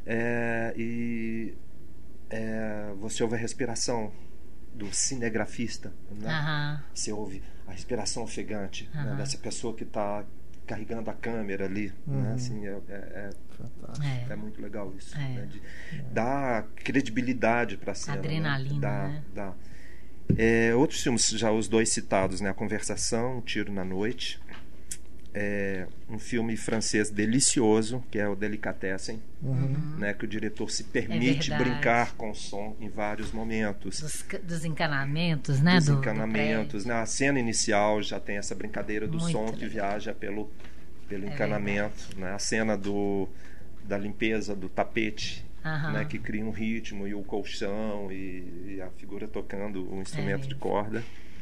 você ouve a respiração do cinegrafista, né? Você ouve a respiração ofegante, né? Dessa pessoa que está carregando a câmera ali, né? Assim, é muito legal isso, né? Dá credibilidade para a cena, adrenalina, né? Dá. Outros filmes, já os 2 citados, né? A Conversação, Um Tiro na Noite, um filme francês delicioso, que é o Delicatessen, né? Que o diretor se permite brincar com o som em vários momentos. Dos encanamentos, né? Dos encanamentos, né? A cena inicial já tem essa brincadeira do som que viaja pelo encanamento, né? A cena da limpeza do tapete, né, que cria um ritmo, e o colchão e a figura tocando um instrumento de corda.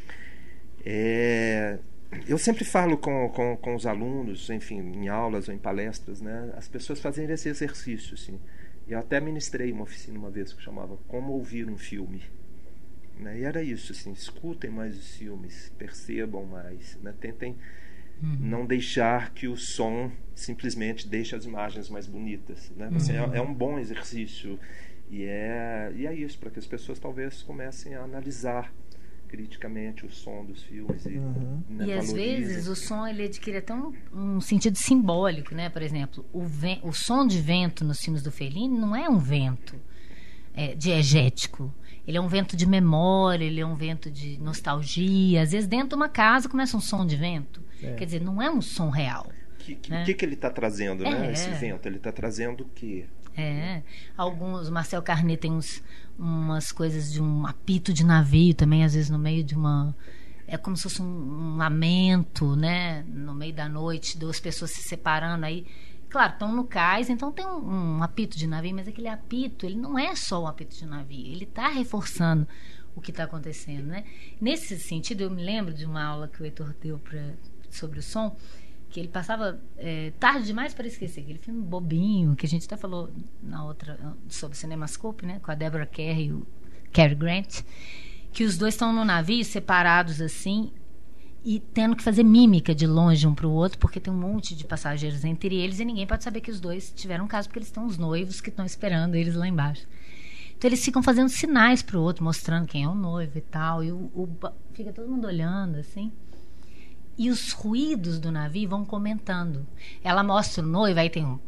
Eu sempre falo com os alunos, enfim, em aulas ou em palestras, né, as pessoas fazerem esse exercício, assim. Eu até ministrei uma oficina uma vez que chamava Como Ouvir um Filme, né, e era isso, assim, escutem mais os filmes, percebam mais, né, tentem não deixar que o som simplesmente deixe as imagens mais bonitas, né? Assim, é um bom exercício e é isso, para que as pessoas talvez comecem a analisar criticamente o som dos filmes e às vezes o som ele adquire até um sentido simbólico, né? Por exemplo, o som de vento nos filmes do Fellini não é um vento. diegético. Ele é um vento de memória, ele é um vento de nostalgia. Às vezes dentro de uma casa começa um som de vento. Quer dizer, não é um som real. O que ele está trazendo, né? Esse vento? Ele está trazendo o quê? O Marcel Carné tem umas coisas de um apito de navio também, às vezes no meio de uma... É como se fosse um lamento, né? No meio da noite, duas pessoas se separando aí. Claro, estão no cais, então tem um apito de navio, mas aquele apito, ele não é só um apito de navio, ele está reforçando o que está acontecendo, né? Nesse sentido, eu me lembro de uma aula que o Heitor deu sobre o som, que ele passava tarde demais para esquecer, aquele filme bobinho, que a gente até falou na outra, sobre CinemaScope, né? Com a Deborah Kerr e o Cary Grant, que os dois estão no navio, separados assim, e tendo que fazer mímica de longe um para o outro, porque tem um monte de passageiros entre eles e ninguém pode saber que os dois tiveram um caso, porque eles estão os noivos que estão esperando eles lá embaixo. Então eles ficam fazendo sinais para o outro, mostrando quem é o noivo e tal, e fica todo mundo olhando assim. E os ruídos do navio vão comentando. Ela mostra o noivo, aí tem um...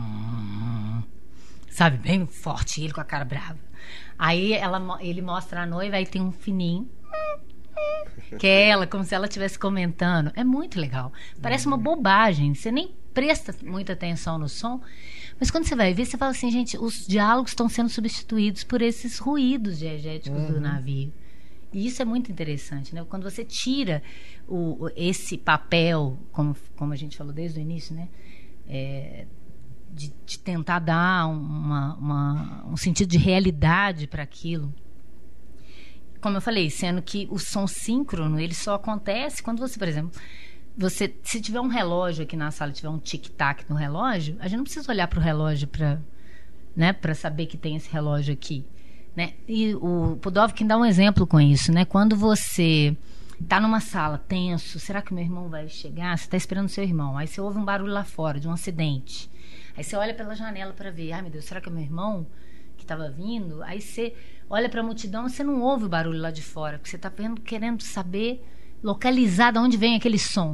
sabe, bem forte, ele com a cara brava. Aí ele mostra a noiva, aí tem um fininho... que é ela, como se ela estivesse comentando. É muito legal. Parece uma bobagem. Você nem presta muita atenção no som, mas quando você vai ver, você fala assim, gente, os diálogos estão sendo substituídos por esses ruídos diegéticos do navio. E isso é muito interessante, né? Quando você tira esse papel, como a gente falou desde o início, né? De tentar dar um sentido de realidade para aquilo. Como eu falei, sendo que o som síncrono, ele só acontece quando você, por exemplo, se tiver um relógio aqui na sala, tiver um tic-tac no relógio, a gente não precisa olhar para o relógio para saber que tem esse relógio aqui, né? E o Pudovkin dá um exemplo com isso, né? Quando você está numa sala tenso, será que meu irmão vai chegar? Você está esperando o seu irmão, aí você ouve um barulho lá fora de um acidente, aí você olha pela janela para ver, ai meu Deus, será que é meu irmão que estava vindo? Aí você olha para a multidão, você não ouve o barulho lá de fora, porque você está querendo saber, localizar de onde vem aquele som.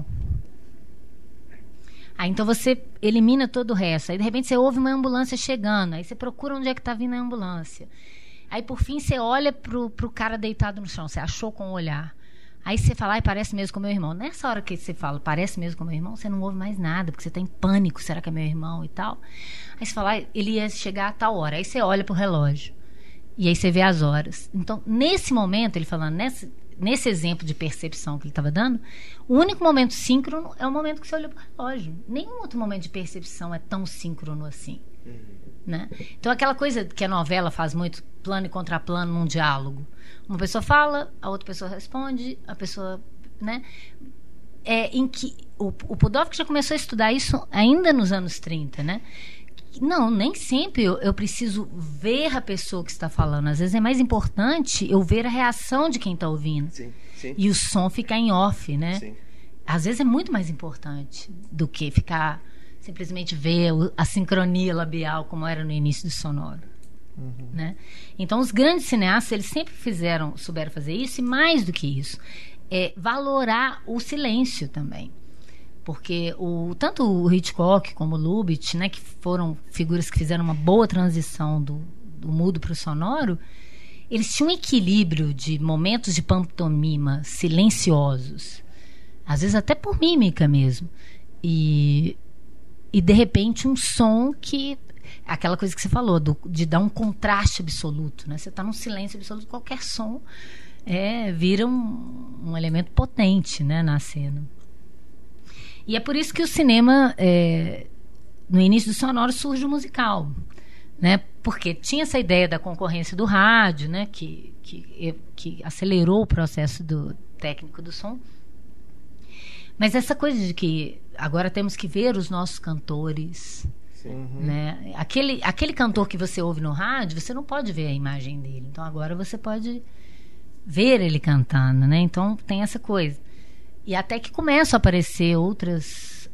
Aí então você elimina todo o resto. Aí de repente você ouve uma ambulância chegando, aí você procura onde é que está vindo a ambulância. Aí por fim você olha pro cara deitado no chão, você achou com o olhar. Aí você fala, parece mesmo com meu irmão. Nessa hora que você fala, parece mesmo com meu irmão, você não ouve mais nada, porque você está em pânico, será que é meu irmão e tal. Aí você fala, ele ia chegar a tal hora. Aí você olha pro relógio. E aí você vê as horas. Então, nesse momento, ele falando, nesse exemplo de percepção que ele estava dando, o único momento síncrono é o momento que você olha pro relógio. Nenhum outro momento de percepção é tão síncrono assim. Né? Então, aquela coisa que a novela faz muito, plano e contraplano num diálogo. Uma pessoa fala, a outra pessoa responde, a pessoa... né? Em que o Pudovkin já começou a estudar isso ainda nos anos 30, né? Não, nem sempre eu preciso ver a pessoa que está falando. Às vezes é mais importante eu ver a reação de quem está ouvindo. Sim, sim. E o som ficar em off, né? Sim. Às vezes é muito mais importante do que ficar simplesmente ver a sincronia labial como era no início do sonoro. Né? Então os grandes cineastas, eles sempre souberam fazer isso, e mais do que isso, valorar o silêncio também. Porque tanto o Hitchcock como o Lubitsch, né, que foram figuras que fizeram uma boa transição do mudo para o sonoro, eles tinham um equilíbrio de momentos de pantomima silenciosos, às vezes até por mímica mesmo, e de repente um som que, aquela coisa que você falou, de dar um contraste absoluto, né? Você está num silêncio absoluto, qualquer som vira um elemento potente, né, na cena. E é por isso que o cinema, no início do sonoro, surge o musical, né? Porque tinha essa ideia da concorrência do rádio, né? Que acelerou o processo técnico do som. Mas essa coisa de que agora temos que ver os nossos cantores, né? Aquele cantor que você ouve no rádio, você não pode ver a imagem dele. Então agora você pode ver ele cantando, né? Então tem essa coisa. E até que começam a aparecer outras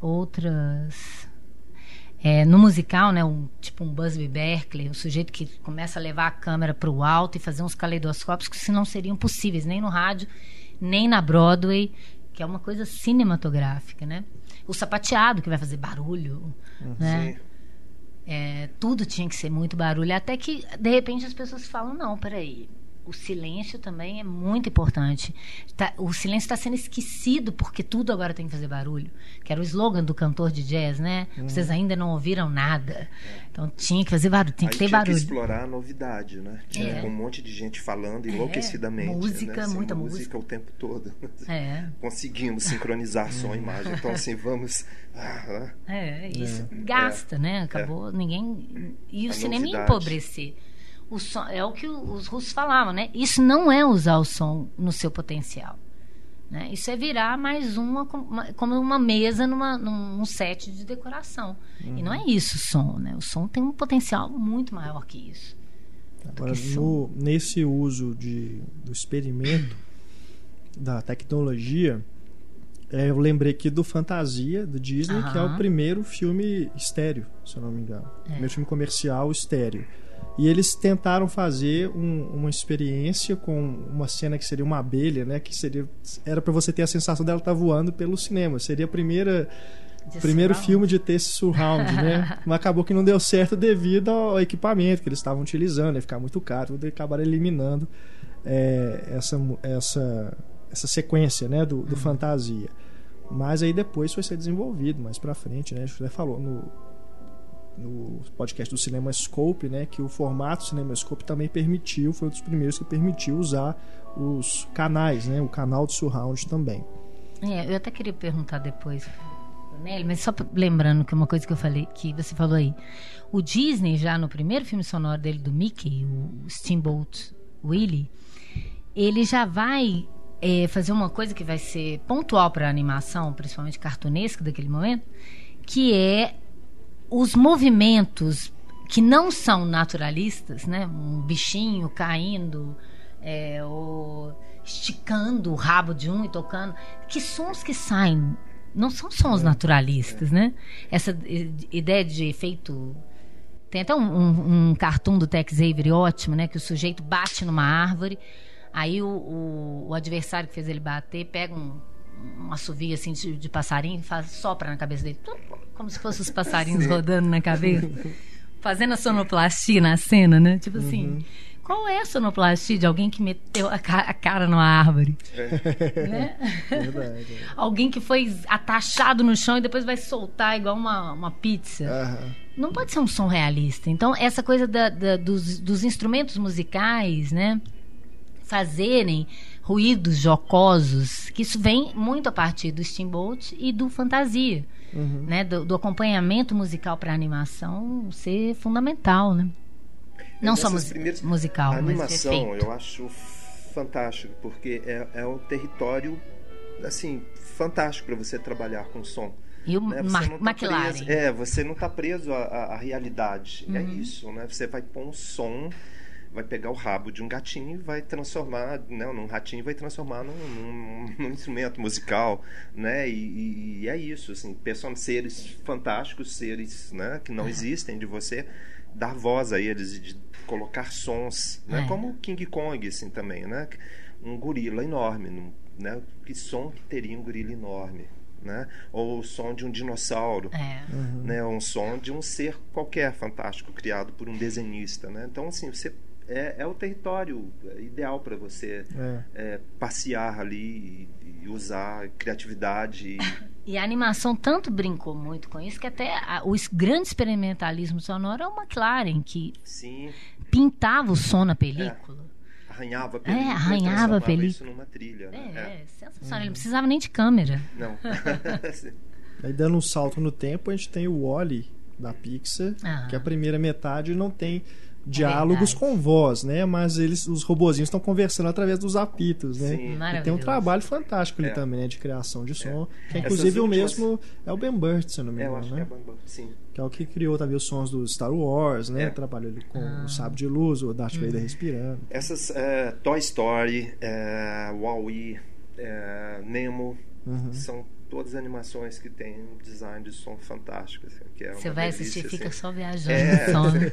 no musical, né, tipo um Busby Berkeley, o sujeito que começa a levar a câmera para o alto e fazer uns caleidoscópios que não seriam possíveis nem no rádio, nem na Broadway, que é uma coisa cinematográfica, né? O sapateado que vai fazer barulho, né? Tudo tinha que ser muito barulho, até que de repente as pessoas falam, não, peraí, o silêncio também é muito importante. O silêncio está sendo esquecido porque tudo agora tem que fazer barulho, que era o slogan do cantor de jazz, né? Vocês ainda não ouviram nada, então tinha que fazer barulho, tem que ter barulho. Tinha que explorar a novidade, né? Tinha um monte de gente falando enlouquecidamente, música, né? muita música o tempo todo, conseguimos sincronizar som e imagem, então assim, vamos... isso gasta, né? Acabou, ninguém... E o cinema ia empobrecer. O som, é o que os russos falavam, né? Isso não é usar o som no seu potencial, né? Isso é virar mais como uma mesa num set de decoração. E não é isso o som, né? O som tem um potencial muito maior que isso. Agora, nesse uso do experimento da tecnologia, eu lembrei aqui do Fantasia, do Disney, que é o primeiro filme estéreo, se eu não me engano. O primeiro filme comercial estéreo. E eles tentaram fazer uma experiência com uma cena que seria uma abelha, né? Que era para você ter a sensação dela estar voando pelo cinema. Seria o primeiro filme de ter esse surround, né? Mas acabou que não deu certo devido ao equipamento que eles estavam utilizando. Ia ficar muito caro. E acabaram eliminando essa sequência, né? Do Fantasia. Mas aí depois foi ser desenvolvido mais pra frente, né? A gente já falou no podcast do CinemaScope, né, que o formato CinemaScope também foi um dos primeiros que permitiu usar os canais, né, o canal de surround também. Eu até queria perguntar depois, Nelly, mas só lembrando que uma coisa que eu falei, que você falou aí, o Disney já no primeiro filme sonoro dele do Mickey, o Steamboat Willie, ele já vai fazer uma coisa que vai ser pontual para a animação, principalmente cartunesca daquele momento, que é os movimentos que não são naturalistas, né? Um bichinho caindo, ou esticando o rabo de um e tocando. Que sons que saem? Não são sons naturalistas, né? Essa ideia de efeito... Tem até um cartoon do Tex Avery ótimo, né? Que o sujeito bate numa árvore, aí o adversário que fez ele bater pega um assovio assim de passarinho e sopra na cabeça dele, como se fossem os passarinhos rodando na cabeça, fazendo a sonoplastia na cena, né? Tipo assim, qual é a sonoplastia de alguém que meteu a cara numa árvore? Né? Verdade. Alguém que foi atachado no chão e depois vai soltar igual uma pizza. Não pode ser um som realista. Então, essa coisa dos instrumentos musicais, né? Fazerem ruídos jocosos, que isso vem muito a partir do Steamboat e do Fantasia, né? Do acompanhamento musical para a animação ser fundamental, né? Não só musical, a mas animação efeito. Eu acho fantástico, porque é um território assim, fantástico para você trabalhar com som. E o McLaren. Você não está preso à realidade. É isso, né? Você vai pôr um som, vai pegar o rabo de um gatinho e vai transformar, né, num ratinho, vai transformar num instrumento musical, né? E é isso, assim, seres fantásticos, seres, né, que não existem, de você dar voz a eles e de colocar sons, né? Como o King Kong, assim, também, né? Um gorila enorme, né? Que som que teria um gorila enorme? Né? Ou o som de um dinossauro, né? Um som de um ser qualquer fantástico criado por um desenhista, né? Então, assim, é o território ideal para você passear ali e usar criatividade. E a animação tanto brincou muito com isso que até o grande experimentalismo sonoro é o McLaren, que pintava o som na película. Arranhava a película. Arranhava a película. Isso numa trilha, né? Sensacional. Ele não precisava nem de câmera. Não. Aí, dando um salto no tempo, a gente tem o Wall-E da Pixar, que a primeira metade não tem diálogos com voz, né? Mas os robozinhos estão conversando através dos apitos, né? Sim. E tem um trabalho fantástico ali também, né? De criação de som. Que inclusive o mesmo é o Ben Burtt, se eu não me engano, eu acho né? que é Ben Burtt, sim. Que é o que criou também os sons do Star Wars, né? Trabalhou ali com o Sabre de Luz, o Darth Vader respirando. Essas Toy Story, Wall-E, Nemo, são todas animações que têm um design de som fantástico. Assim, que você vai assistir e fica só viajando no som, né?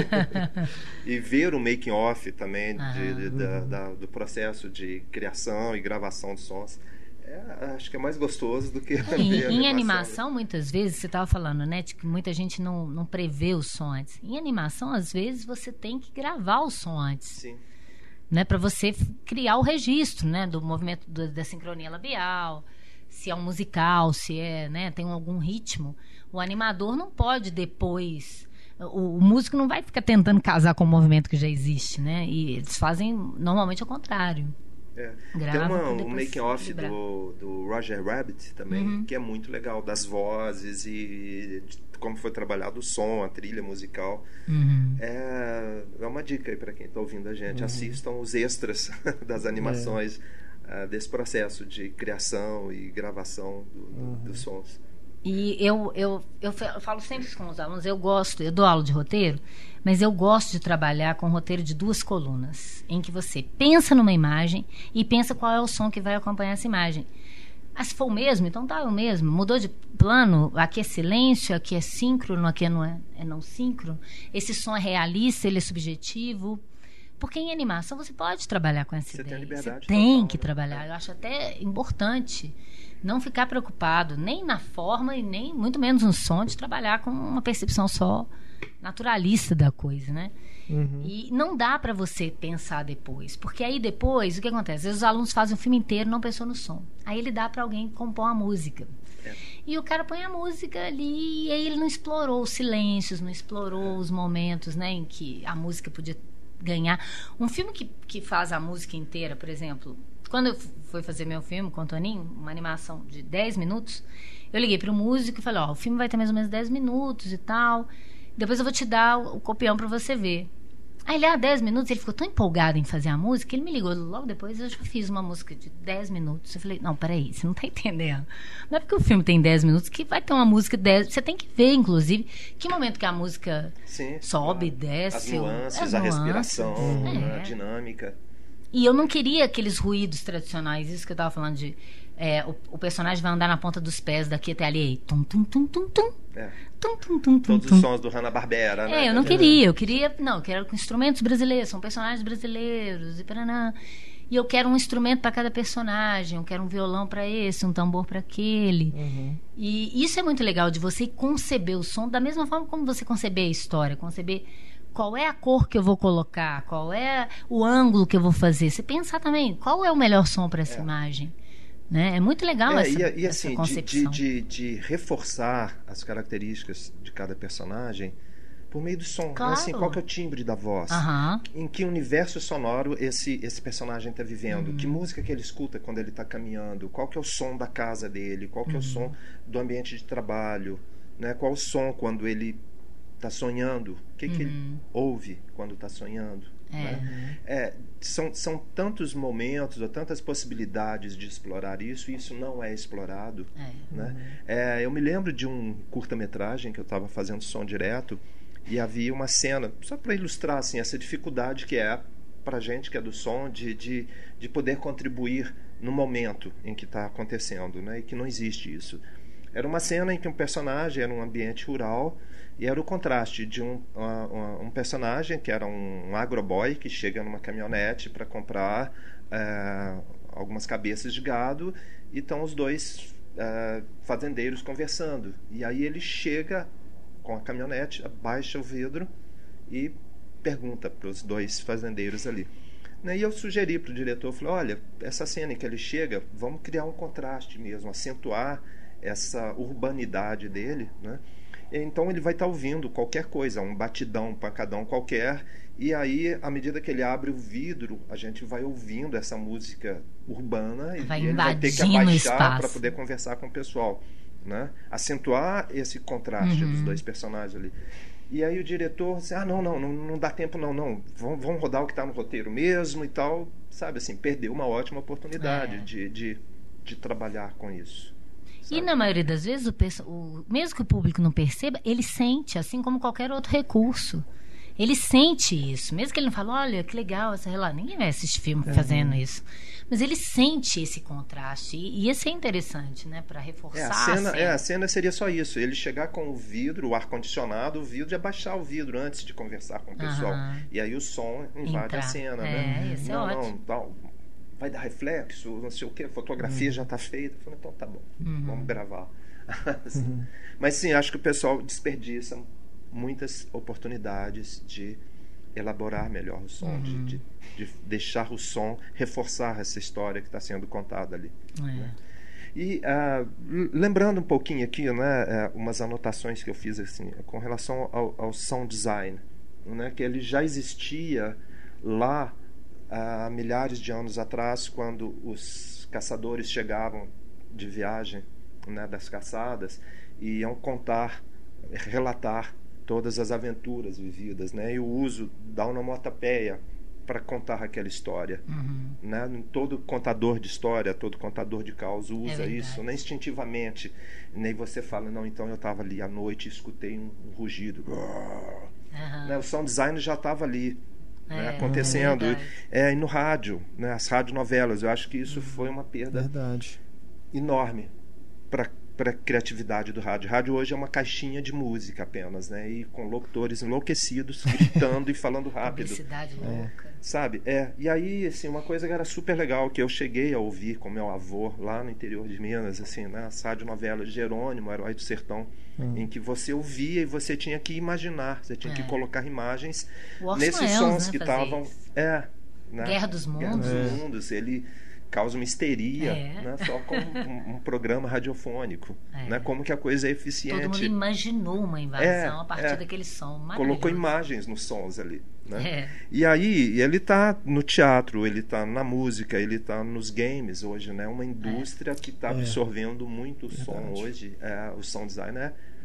E ver o making off também do processo de criação e gravação de sons Acho que é mais gostoso do que em animação, muitas vezes, você estava falando, né, de que muita gente não prevê o som antes. Em animação, às vezes, você tem que gravar o som antes. Sim. Né, para você criar o registro, né, do movimento da sincronia labial, se é um musical, se é, né, tem algum ritmo. O animador não pode depois... O músico não vai ficar tentando casar com o movimento que já existe, né? E eles fazem normalmente ao contrário. Tem um making-off do Roger Rabbit também, que é muito legal, das vozes e de como foi trabalhado o som, a trilha musical. É uma dica aí para quem está ouvindo a gente. Assistam os extras das animações desse processo de criação e gravação dos sons. E eu falo sempre isso com os alunos, eu dou aula de roteiro, mas eu gosto de trabalhar com roteiro de 2 colunas, em que você pensa numa imagem e pensa qual é o som que vai acompanhar essa imagem. Se for o mesmo, então tá, é o mesmo. Mudou de plano, aqui é silêncio, aqui é síncrono, aqui não é não síncrono. Esse som é realista, ele é subjetivo. Porque em animação você pode trabalhar com essa ideia. Você tem que trabalhar. Eu acho até importante não ficar preocupado nem na forma e nem muito menos no som, de trabalhar com uma percepção só naturalista da coisa, né? E não dá para você pensar depois, porque aí depois o que acontece? Às vezes os alunos fazem o filme inteiro e não pensou no som. Aí ele dá para alguém compor a música. E o cara põe a música ali e aí ele não explorou os silêncios, não explorou os momentos, né, em que a música podia ganhar. Um filme que faz a música inteira, por exemplo, quando eu fui fazer meu filme com o Toninho, uma animação de 10 minutos, eu liguei para o músico e falei, o filme vai ter mais ou menos 10 minutos e tal, depois eu vou te dar o copião para você ver. Aí ele, 10 minutos, ele ficou tão empolgado em fazer a música, ele me ligou logo depois, eu já fiz uma música de 10 minutos. Eu falei, não, peraí, você não tá entendendo. Não é porque o filme tem 10 minutos que vai ter uma música de 10. Você tem que ver, inclusive, que momento que a música sobe, desce. As nuances, a respiração, a dinâmica. E eu não queria aqueles ruídos tradicionais, isso que eu tava falando de... o personagem vai andar na ponta dos pés daqui até ali. Tum, tum, tum, tum, tum. Todos os sons do Hanna-Barbera, né? Eu não queria. Eu queria com instrumentos brasileiros. São personagens brasileiros. E eu quero um instrumento para cada personagem. Eu quero um violão para esse, um tambor para aquele. E isso é muito legal, de você conceber o som da mesma forma como você conceber a história. Conceber qual é a cor que eu vou colocar, qual é o ângulo que eu vou fazer. Você pensar também qual é o melhor som para essa imagem. Né? É muito legal essa concepção. De reforçar as características de cada personagem por meio do som. Claro. Assim, qual que é o timbre da voz? Em que universo sonoro esse personagem está vivendo? Que música que ele escuta quando ele está caminhando? Qual que é o som da casa dele? Qual que é o som do ambiente de trabalho? Né? Qual o som quando ele está sonhando? O que ele ouve quando está sonhando? Né? São tantos momentos ou tantas possibilidades de explorar isso, e isso não é explorado. Né? Eu me lembro de um curta-metragem que eu estava fazendo som direto, e havia uma cena, só para ilustrar assim, essa dificuldade que é para a gente que é do som, de poder contribuir no momento em que está acontecendo, né? E que não existe isso. Era uma cena em que um personagem era um ambiente rural, e era o contraste de um personagem que era um agroboy que chega numa caminhonete para comprar algumas cabeças de gado, e estão os dois fazendeiros conversando. E aí ele chega com a caminhonete, abaixa o vidro e pergunta para os dois fazendeiros ali. E eu sugeri para o diretor, falei, olha, essa cena em que ele chega, vamos criar um contraste mesmo, acentuar essa urbanidade dele, né? Então ele vai estar ouvindo qualquer coisa, um batidão, um pancadão qualquer, e aí, à medida que ele abre o vidro, a gente vai ouvindo essa música urbana, e ele vai ter que abaixar para poder conversar com o pessoal, né? Acentuar esse contraste dos dois personagens ali. E aí o diretor disse, não dá tempo não, vamos rodar o que está no roteiro mesmo e tal, sabe, assim, perdeu uma ótima oportunidade de trabalhar com isso. E na maioria das vezes, mesmo que o público não perceba, ele sente, assim como qualquer outro recurso. Ele sente isso. Mesmo que ele não fale, olha, que legal essa relação. Ninguém vai assistir filme fazendo isso. Mas ele sente esse contraste. E isso é interessante, né? Para reforçar a cena seria só isso. Ele chegar com o vidro, o ar-condicionado, o vidro, e abaixar o vidro antes de conversar com o pessoal. E aí o som invade a cena, né? Isso é ótimo. vai dar reflexo, não sei o que, a fotografia já está feita. Eu falei, então tá bom, vamos gravar. Mas sim, acho que o pessoal desperdiça muitas oportunidades de elaborar melhor o som, de deixar o som reforçar essa história que está sendo contada ali. Né? E lembrando um pouquinho aqui, né, umas anotações que eu fiz assim, com relação ao sound design, né, que ele já existia lá há milhares de anos atrás, quando os caçadores chegavam de viagem, né, das caçadas, e iam relatar todas as aventuras vividas, né, e o uso da onomatopeia para contar aquela história. Né? Todo contador de história, todo contador de caos usa isso, né? Instintivamente. Nem você fala, não, então eu estava ali à noite e escutei um rugido. Né? O sound design já estava ali, né? Acontecendo. E no rádio, né? As radionovelas, eu acho que isso foi uma perda enorme para a criatividade do rádio. O rádio hoje é uma caixinha de música apenas, né? E com locutores enlouquecidos, gritando e falando rápido. Publicidade louca. Sabe? E aí, assim, uma coisa que era super legal, que eu cheguei a ouvir com meu avô lá no interior de Minas, assim, né? As radionovelas de Jerônimo, Herói do Sertão, em que você ouvia e você tinha que imaginar, você tinha que colocar imagens nesses sons, né, que estavam... né? Guerra dos Mundos. Ele causa uma histeria, né? Só com um programa radiofônico, né? Como que a coisa é eficiente. Todo mundo imaginou uma invasão a partir daquele som. Colocou imagens nos sons ali, né? E aí ele está no teatro, ele está na música, ele está nos games hoje, né? Uma indústria que está absorvendo muito som hoje. O sound design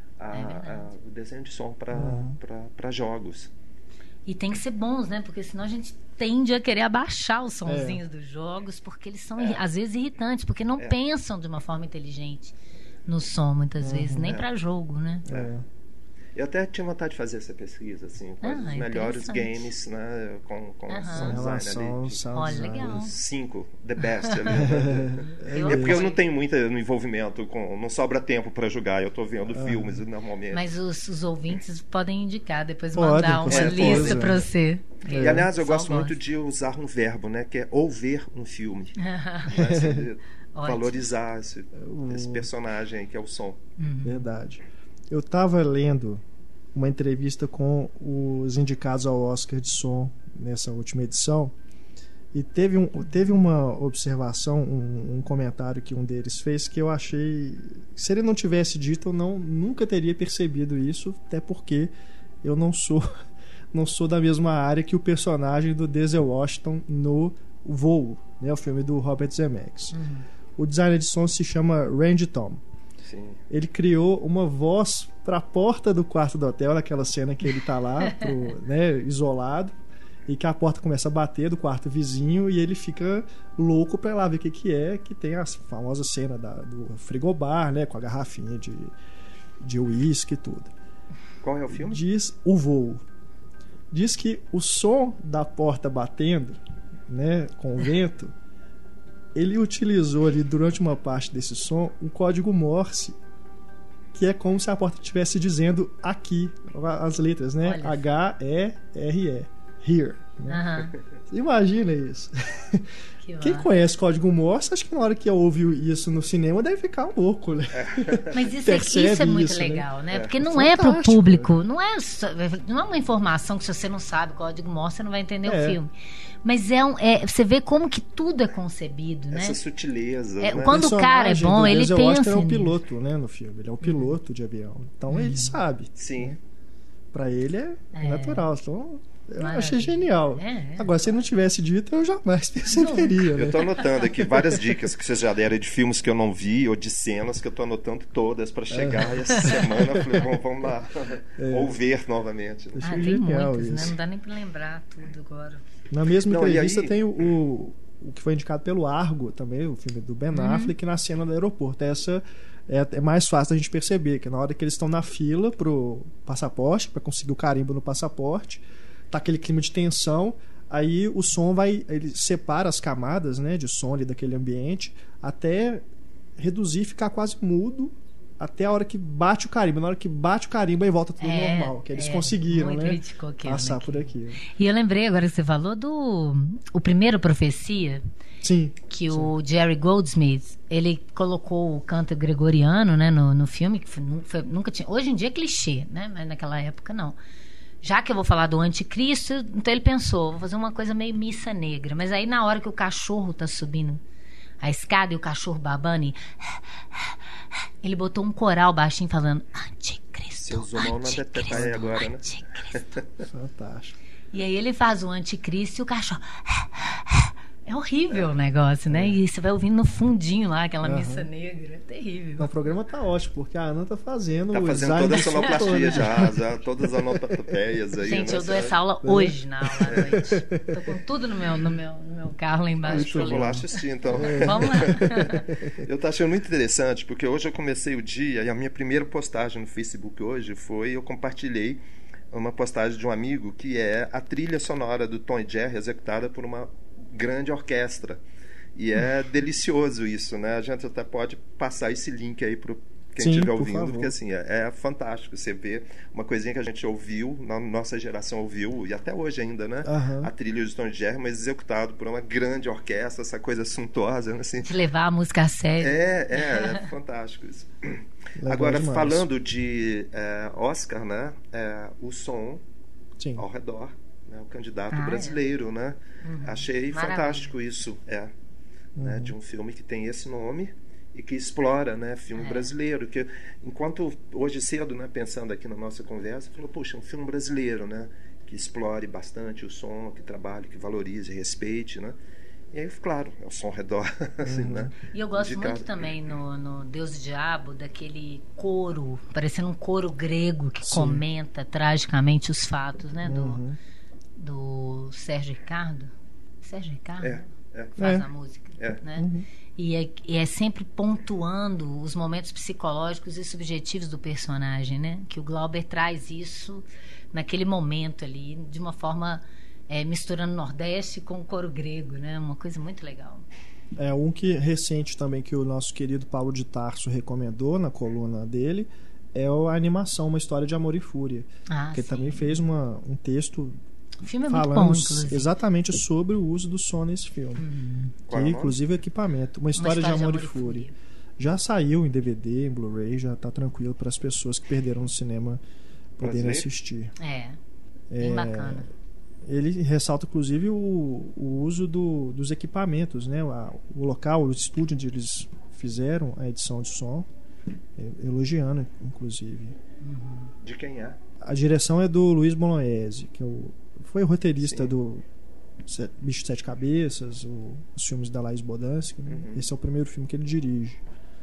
o desenho de som para jogos. E tem que ser bons, né? Porque senão a gente tende a querer abaixar os sonzinhos dos jogos, porque eles são, às vezes, irritantes, porque não pensam de uma forma inteligente no som, muitas vezes, nem para jogo, né? Eu até tinha vontade de fazer essa pesquisa, assim, com os melhores games, né, com sound design ali. Olha, legal. 5, the best ali. Porque eu não tenho muito envolvimento, não sobra tempo para jogar, eu estou vendo filmes normalmente. Mas os ouvintes podem indicar, depois mandar uma lista para você. E, aliás, eu gosto muito de usar um verbo, né, que é ouvir um filme. Né, valorizar esse personagem que é o som. Verdade. Eu estava lendo uma entrevista com os indicados ao Oscar de som nessa última edição e teve uma observação, um comentário que um deles fez que eu achei, se ele não tivesse dito, eu nunca teria percebido isso, até porque eu não sou da mesma área que o personagem do Denzel Washington no Voo, né, o filme do Robert Zemeckis. O designer de som se chama Randy Tom. Ele criou uma voz para a porta do quarto do hotel, naquela cena que ele está lá, né, isolado, e que a porta começa a bater do quarto vizinho e ele fica louco para lá ver o que tem a famosa cena do frigobar, né, com a garrafinha de uísque e tudo. Qual é o filme? Diz O Voo. Diz que o som da porta batendo, né, com o vento, ele utilizou ali durante uma parte desse som um código Morse, que é como se a porta estivesse dizendo aqui, as letras, né? H-E-R-E, here. Né? Imagina isso. Quem conhece código Morse, acho que na hora que ouve isso no cinema deve ficar louco, né? Mas isso é muito legal, né? Porque não é para o público, não é uma informação que se você não sabe código Morse, você não vai entender o filme. Mas você vê como que tudo é concebido, né? Essa sutileza, né? Quando o cara é bom, ele pensa. Ele é um piloto, né, no filme. Ele é um piloto de avião. Então ele sabe. Sim. Né? Para ele é natural. Então eu achei genial. Agora, se ele não tivesse dito, eu jamais perceberia. Né? Eu estou anotando aqui várias dicas que vocês já deram de filmes que eu não vi ou de cenas que eu estou anotando todas para chegar. E essa semana eu falei, vamos lá, ouvir novamente. Tem muitas, né? Não dá nem para lembrar tudo agora. Na mesma entrevista tem o que foi indicado pelo Argo também, o filme do Ben Affleck, na cena do aeroporto. Essa é mais fácil da gente perceber, que na hora que eles estão na fila pro passaporte, para conseguir o carimbo no passaporte, tá aquele clima de tensão, aí o som ele separa as camadas, né, de som ali daquele ambiente, até reduzir e ficar quase mudo, até a hora que bate o carimbo. Na hora que bate o carimbo, aí volta tudo normal. Que eles conseguiram, né? Passar por aqui. E eu lembrei agora que você falou o primeiro Profecia. Sim. Que o Jerry Goldsmith, ele colocou o canto gregoriano, né, no filme, que nunca tinha. Hoje em dia é clichê, né? Mas naquela época não. Já que eu vou falar do anticristo, então ele pensou, vou fazer uma coisa meio missa negra. Mas aí na hora que o cachorro tá subindo a escada e o cachorro babando, ele botou um coral baixinho falando anticristo. Você usou mal na detalhe agora, né? Fantástico. E aí ele faz o anticristo e o cachorro... É horrível o negócio, né? E você vai ouvindo no fundinho lá, aquela missa negra. É terrível. O programa tá ótimo, porque a Ana tá fazendo toda a sonoplastia já todas as onomatopeias aí. Gente, eu dou essa aula hoje na aula à noite. Tô com tudo no meu carro lá embaixo. Eu vou lá assistir, então. Vamos lá. Eu tô achando muito interessante, porque hoje eu comecei o dia, e a minha primeira postagem no Facebook hoje eu compartilhei uma postagem de um amigo que é a trilha sonora do Tom e Jerry executada por uma grande orquestra, e é delicioso isso, né? A gente até pode passar esse link aí para quem estiver ouvindo, porque assim, é fantástico você ver uma coisinha que a gente ouviu, nossa geração ouviu, e até hoje ainda, né? A trilha de Tom e Jerry, mas executado por uma grande orquestra, essa coisa suntuosa, assim. De levar a música a sério. É fantástico isso. Agora, falando de Oscar, né? O som ao redor, né? O candidato brasileiro, né? Achei fantástico isso, né? De um filme que tem esse nome e que explora, né, filme brasileiro, que enquanto hoje cedo, né, pensando aqui na nossa conversa, falou, poxa, um filme brasileiro, né, que explore bastante o som, que trabalhe, que valorize, respeite, né? E aí, claro, é o som ao redor. Assim, né? E eu gosto muito também no Deus e Diabo, daquele coro, parecendo um coro grego que comenta tragicamente os fatos, né? Do Sérgio Ricardo. Sérgio Ricardo? Faz a música. Né? E é sempre pontuando os momentos psicológicos e subjetivos do personagem, né? Que o Glauber traz isso naquele momento ali, de uma forma misturando Nordeste com o coro grego, né? Uma coisa muito legal. Um que recente também que o nosso querido Paulo de Tarso recomendou na coluna dele é a animação Uma História de Amor e Fúria, que ele também fez um texto o filme é falando muito bom, inclusive. Exatamente sobre o uso do som nesse filme, que inclusive equipamento, Uma História de Amor e Fúria. Já saiu em DVD, em Blu-ray, já está tranquilo para as pessoas que perderam no cinema poderem assistir. Bem bacana. Ele ressalta inclusive o uso dos equipamentos, né? O local, o estúdio onde eles fizeram a edição de som, elogiando inclusive. De quem é? A direção é do Luiz Bolognese, que foi o roteirista do Bicho de Sete Cabeças, os filmes da Laís Bodansky, né? Esse é o primeiro filme que ele dirige.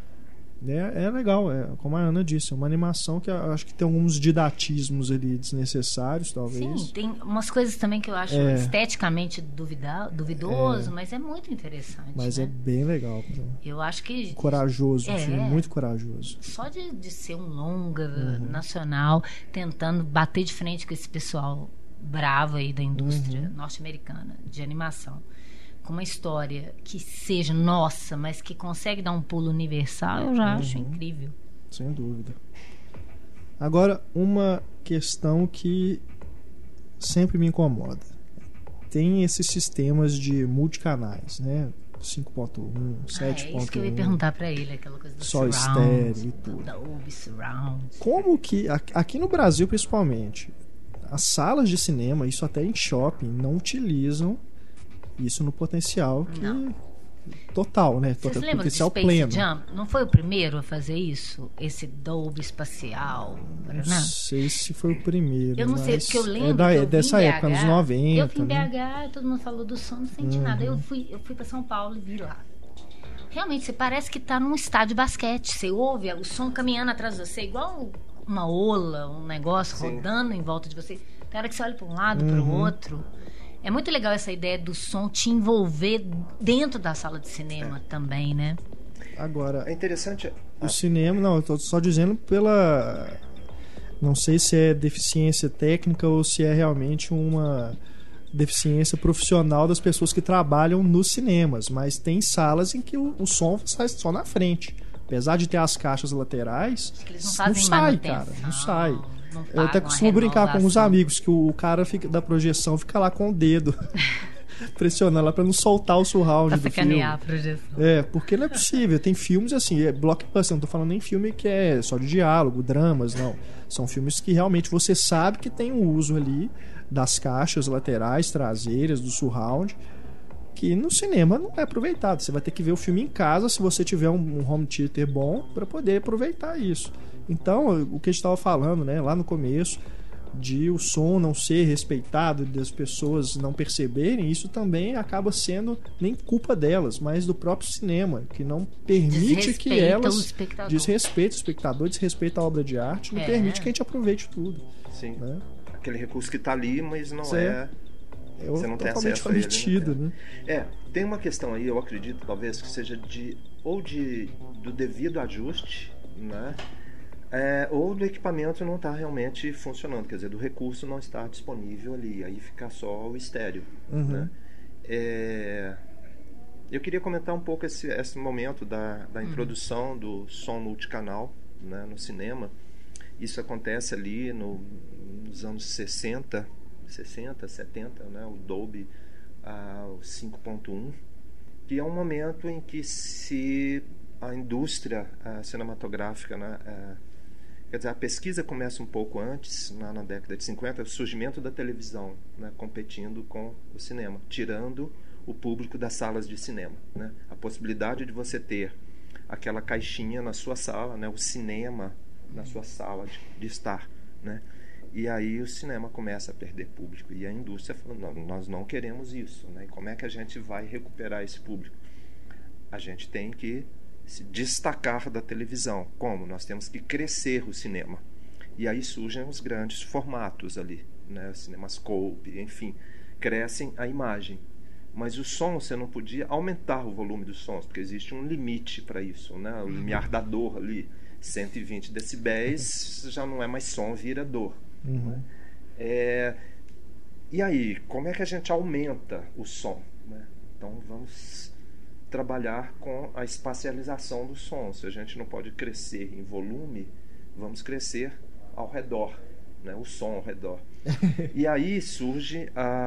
É legal, como a Ana disse, é uma animação que eu acho que tem alguns didatismos ali desnecessários, talvez. Sim, tem umas coisas também que eu acho esteticamente duvidoso, mas é muito interessante. Mas né? é bem legal. Eu acho que... Corajoso, um filme muito corajoso. Só de ser um longa nacional, tentando bater de frente com esse pessoal bravo aí da indústria norte-americana de animação. Com uma história que seja nossa, mas que consegue dar um pulo universal, eu já acho incrível. Sem dúvida. Agora, uma questão que sempre me incomoda. Tem esses sistemas de multicanais, né? 5.1, 7.1. É isso que eu ia perguntar pra ele, aquela coisa do só estéreo e tudo. Da Dolby Surround. Como que, aqui no Brasil principalmente, as salas de cinema, isso até em shopping, não utilizam isso no potencial total, né? Vocês lembram potencial de Space pleno. Jam? Não foi o primeiro a fazer isso? Esse Dolby espacial? Não sei se foi o primeiro. Eu não sei, porque eu lembro. Dessa época, anos 90. Eu fui em né? BH, todo mundo falou do som, não senti nada. Eu fui pra São Paulo e vi lá. Realmente, você parece que tá num estádio de basquete. Você ouve o som caminhando atrás de você, igual uma ola, um negócio rodando em volta de você. Tem hora que você olha para um lado, para o outro. É muito legal essa ideia do som te envolver dentro da sala de cinema também, né? Agora, é interessante. O cinema, não, eu tô só dizendo pela... Não sei se é deficiência técnica ou se é realmente uma deficiência profissional das pessoas que trabalham nos cinemas, mas tem salas em que o som sai só na frente. Apesar de ter as caixas laterais, Eles não não fazem sai, cara. Não sai. Não Eu até pagam a costumo brincar com os renovação. amigos que o cara da projeção fica lá com o dedo pressionando lá pra não soltar o surround Pra do filme. sacanear a projeção. Porque não é possível. Tem filmes assim, blockbuster, não tô falando nem filme que é só de diálogo, dramas, não. São filmes que realmente você sabe que tem um uso ali das caixas laterais, traseiras, do surround, que no cinema não é aproveitado. Você vai ter que ver o filme em casa se você tiver um home theater bom para poder aproveitar isso. Então, o que a gente estava falando, né, lá no começo, de o som não ser respeitado, das pessoas não perceberem, isso também acaba sendo nem culpa delas, mas do próprio cinema, que não permite que elas desrespeita o espectador, desrespeita a obra de arte, não permite que a gente aproveite tudo. Sim. Né? Aquele recurso que está ali, mas não você não tem acesso a ele, né? Tem uma questão aí, eu acredito, talvez, que seja do devido ajuste, né? Ou do equipamento não está realmente funcionando, quer dizer, do recurso não está disponível ali, aí fica só o estéreo. Né? Eu queria comentar um pouco esse momento da introdução do som multicanal, né, no cinema. Isso acontece ali nos anos 60, 70, né, o Dolby, o 5.1, que é um momento em que a indústria cinematográfica, né, quer dizer, a pesquisa começa um pouco antes, na década de 50, o surgimento da televisão, né, competindo com o cinema, tirando o público das salas de cinema. Né? A possibilidade de você ter aquela caixinha na sua sala, né, o cinema na sua sala de estar. Né? E aí o cinema começa a perder público. E a indústria fala, não, nós não queremos isso. Né? E como é que a gente vai recuperar esse público? A gente tem que se destacar da televisão. Como? Nós temos que crescer o cinema. E aí surgem os grandes formatos ali, né? Cinemascope, enfim, crescem a imagem. Mas o som, você não podia aumentar o volume dos sons, porque existe um limite para isso, né? O limiar da dor ali, 120 decibéis, já não é mais som, vira dor. Né? E aí, como é que a gente aumenta o som? Né? Então vamos trabalhar com a espacialização do som. Se a gente não pode crescer em volume, vamos crescer ao redor, né? O som ao redor. E aí surge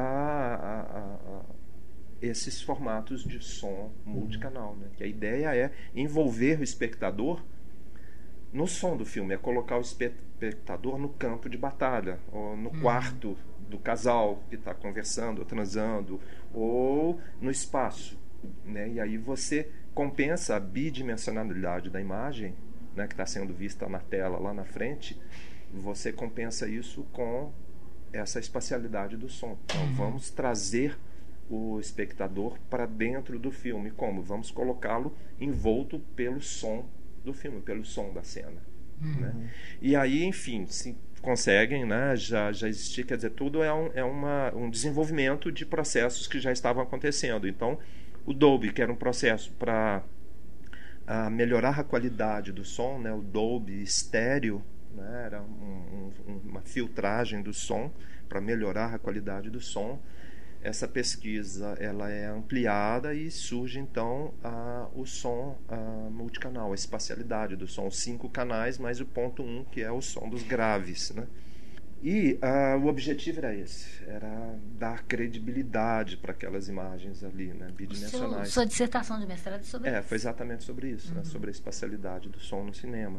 esses formatos de som multicanal, né? Que a ideia é envolver o espectador no som do filme, é colocar o espectador no campo de batalha, ou no quarto do casal que está conversando ou transando, ou no espaço. Né? E aí você compensa a bidimensionalidade da imagem, né, que está sendo vista na tela lá na frente, você compensa isso com essa espacialidade do som. Então vamos trazer o espectador para dentro do filme. Como? Vamos colocá-lo envolto pelo som do filme, pelo som da cena. Né? E aí, enfim, se conseguem, né, já existir, quer dizer, tudo é um desenvolvimento de processos que já estavam acontecendo. Então o Dolby, que era um processo para melhorar a qualidade do som, né? O Dolby estéreo, né? Era uma filtragem do som para melhorar a qualidade do som. Essa pesquisa ela é ampliada e surge então o som multicanal, a espacialidade do som, 5 canais mais o ponto 1, que é o som dos graves. Né? E o objetivo era esse, era dar credibilidade para aquelas imagens ali, né, bidimensionais. Sua dissertação de mestrado é sobre isso? Foi exatamente sobre isso, né, sobre a espacialidade do som no cinema.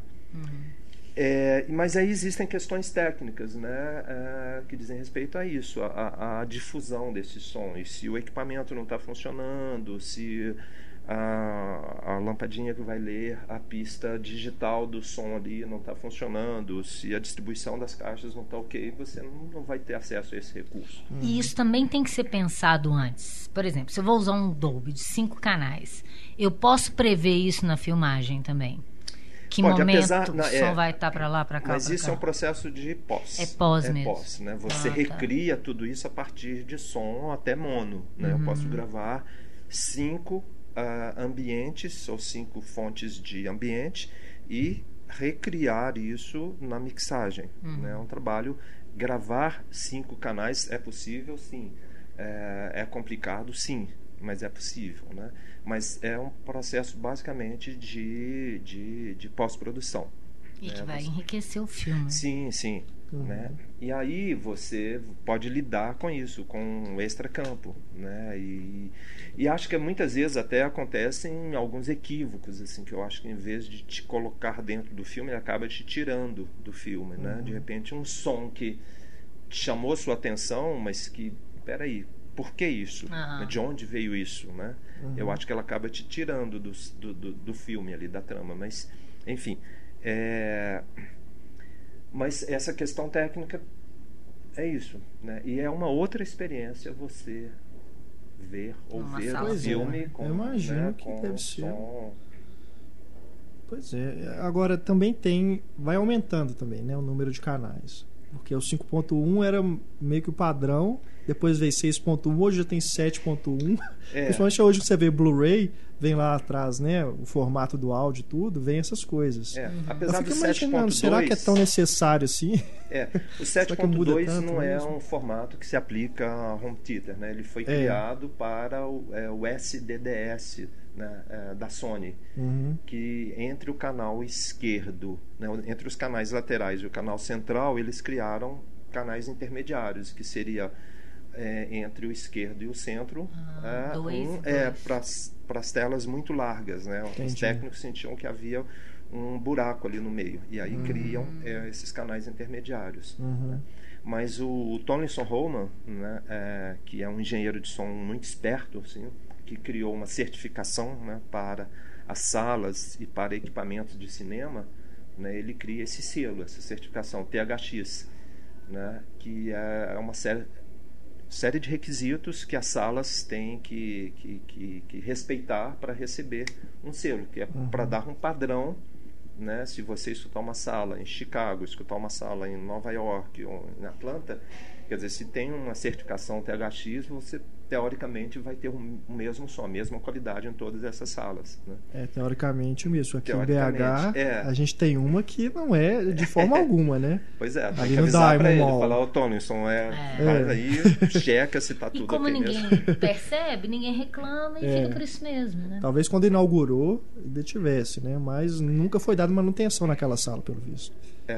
Mas aí existem questões técnicas, né, que dizem respeito a isso, a difusão desse som. E se o equipamento não está funcionando, se a lampadinha que vai ler a pista digital do som ali não está funcionando, se a distribuição das caixas não está ok, você não vai ter acesso a esse recurso. E isso também tem que ser pensado antes. Por exemplo, se eu vou usar um Dolby de 5 canais, eu posso prever isso na filmagem também? Que pode, momento o som vai estar para lá, para cá? Mas isso cá? É um processo de pós. É pós mesmo. Pós, né? Você recria tudo isso a partir de som até mono. Né? Eu posso gravar 5 ambientes ou 5 fontes de ambiente e recriar isso na mixagem. Né? É um trabalho. Gravar 5 canais é possível, sim. É complicado, sim. mas é possível, né? Mas é um processo basicamente de pós-produção. E que vai enriquecer o filme. Sim, sim. Né? E aí você pode lidar com isso, com o extracampo, né? E acho que muitas vezes até acontecem alguns equívocos, assim, que eu acho que em vez de te colocar dentro do filme, ele acaba te tirando do filme, né? De repente um som que chamou sua atenção, mas que, peraí, por que isso? De onde veio isso, né? Eu acho que ela acaba te tirando do filme ali, da trama, mas enfim, mas essa questão técnica é isso, né? E é uma outra experiência você ver ou ver um filme com, eu imagino, né, que com deve ser. som. Pois é. Agora também vai aumentando também, né, o número de canais. Porque o 5.1 era meio que o padrão, depois veio 6.1, hoje já tem 7.1. Principalmente hoje que você vê Blu-ray, vem lá atrás, né, o formato do áudio e tudo, vem essas coisas. Apesar do 7.2, será que é tão necessário assim? O 7.2 não é um formato que se aplica a home theater, né? Ele foi criado para o SDDS, né, da Sony, que entre o canal esquerdo, né, entre os canais laterais e o canal central, eles criaram canais intermediários, que seria entre o esquerdo e o centro, para as telas muito largas, né? Os técnicos sentiam que havia um buraco ali no meio, e aí criam esses canais intermediários, né? Mas o Tomlinson Roman, né, que é um engenheiro de som muito esperto, assim, que criou uma certificação, né, para as salas e para equipamentos de cinema, né, ele cria esse selo, essa certificação THX, né, que é uma série de requisitos que as salas têm que respeitar para receber um selo, que é para dar um padrão, né? Se você escutar uma sala em Chicago, escutar uma sala em Nova York ou em Atlanta, quer dizer, se tem uma certificação THX, você teoricamente vai ter o mesmo som, a mesma qualidade em todas essas salas, né? Teoricamente mesmo. Aqui em BH, a gente tem uma que não é de forma alguma, né? Pois é, tem ali que avisar para ele, Mall. falar, ô Tomlinson, vai aí, checa se tá tudo e como ok ninguém mesmo. percebe, ninguém reclama e fica por isso mesmo, né? Talvez quando inaugurou, ainda tivesse, né? Mas nunca foi dada manutenção naquela sala, pelo visto.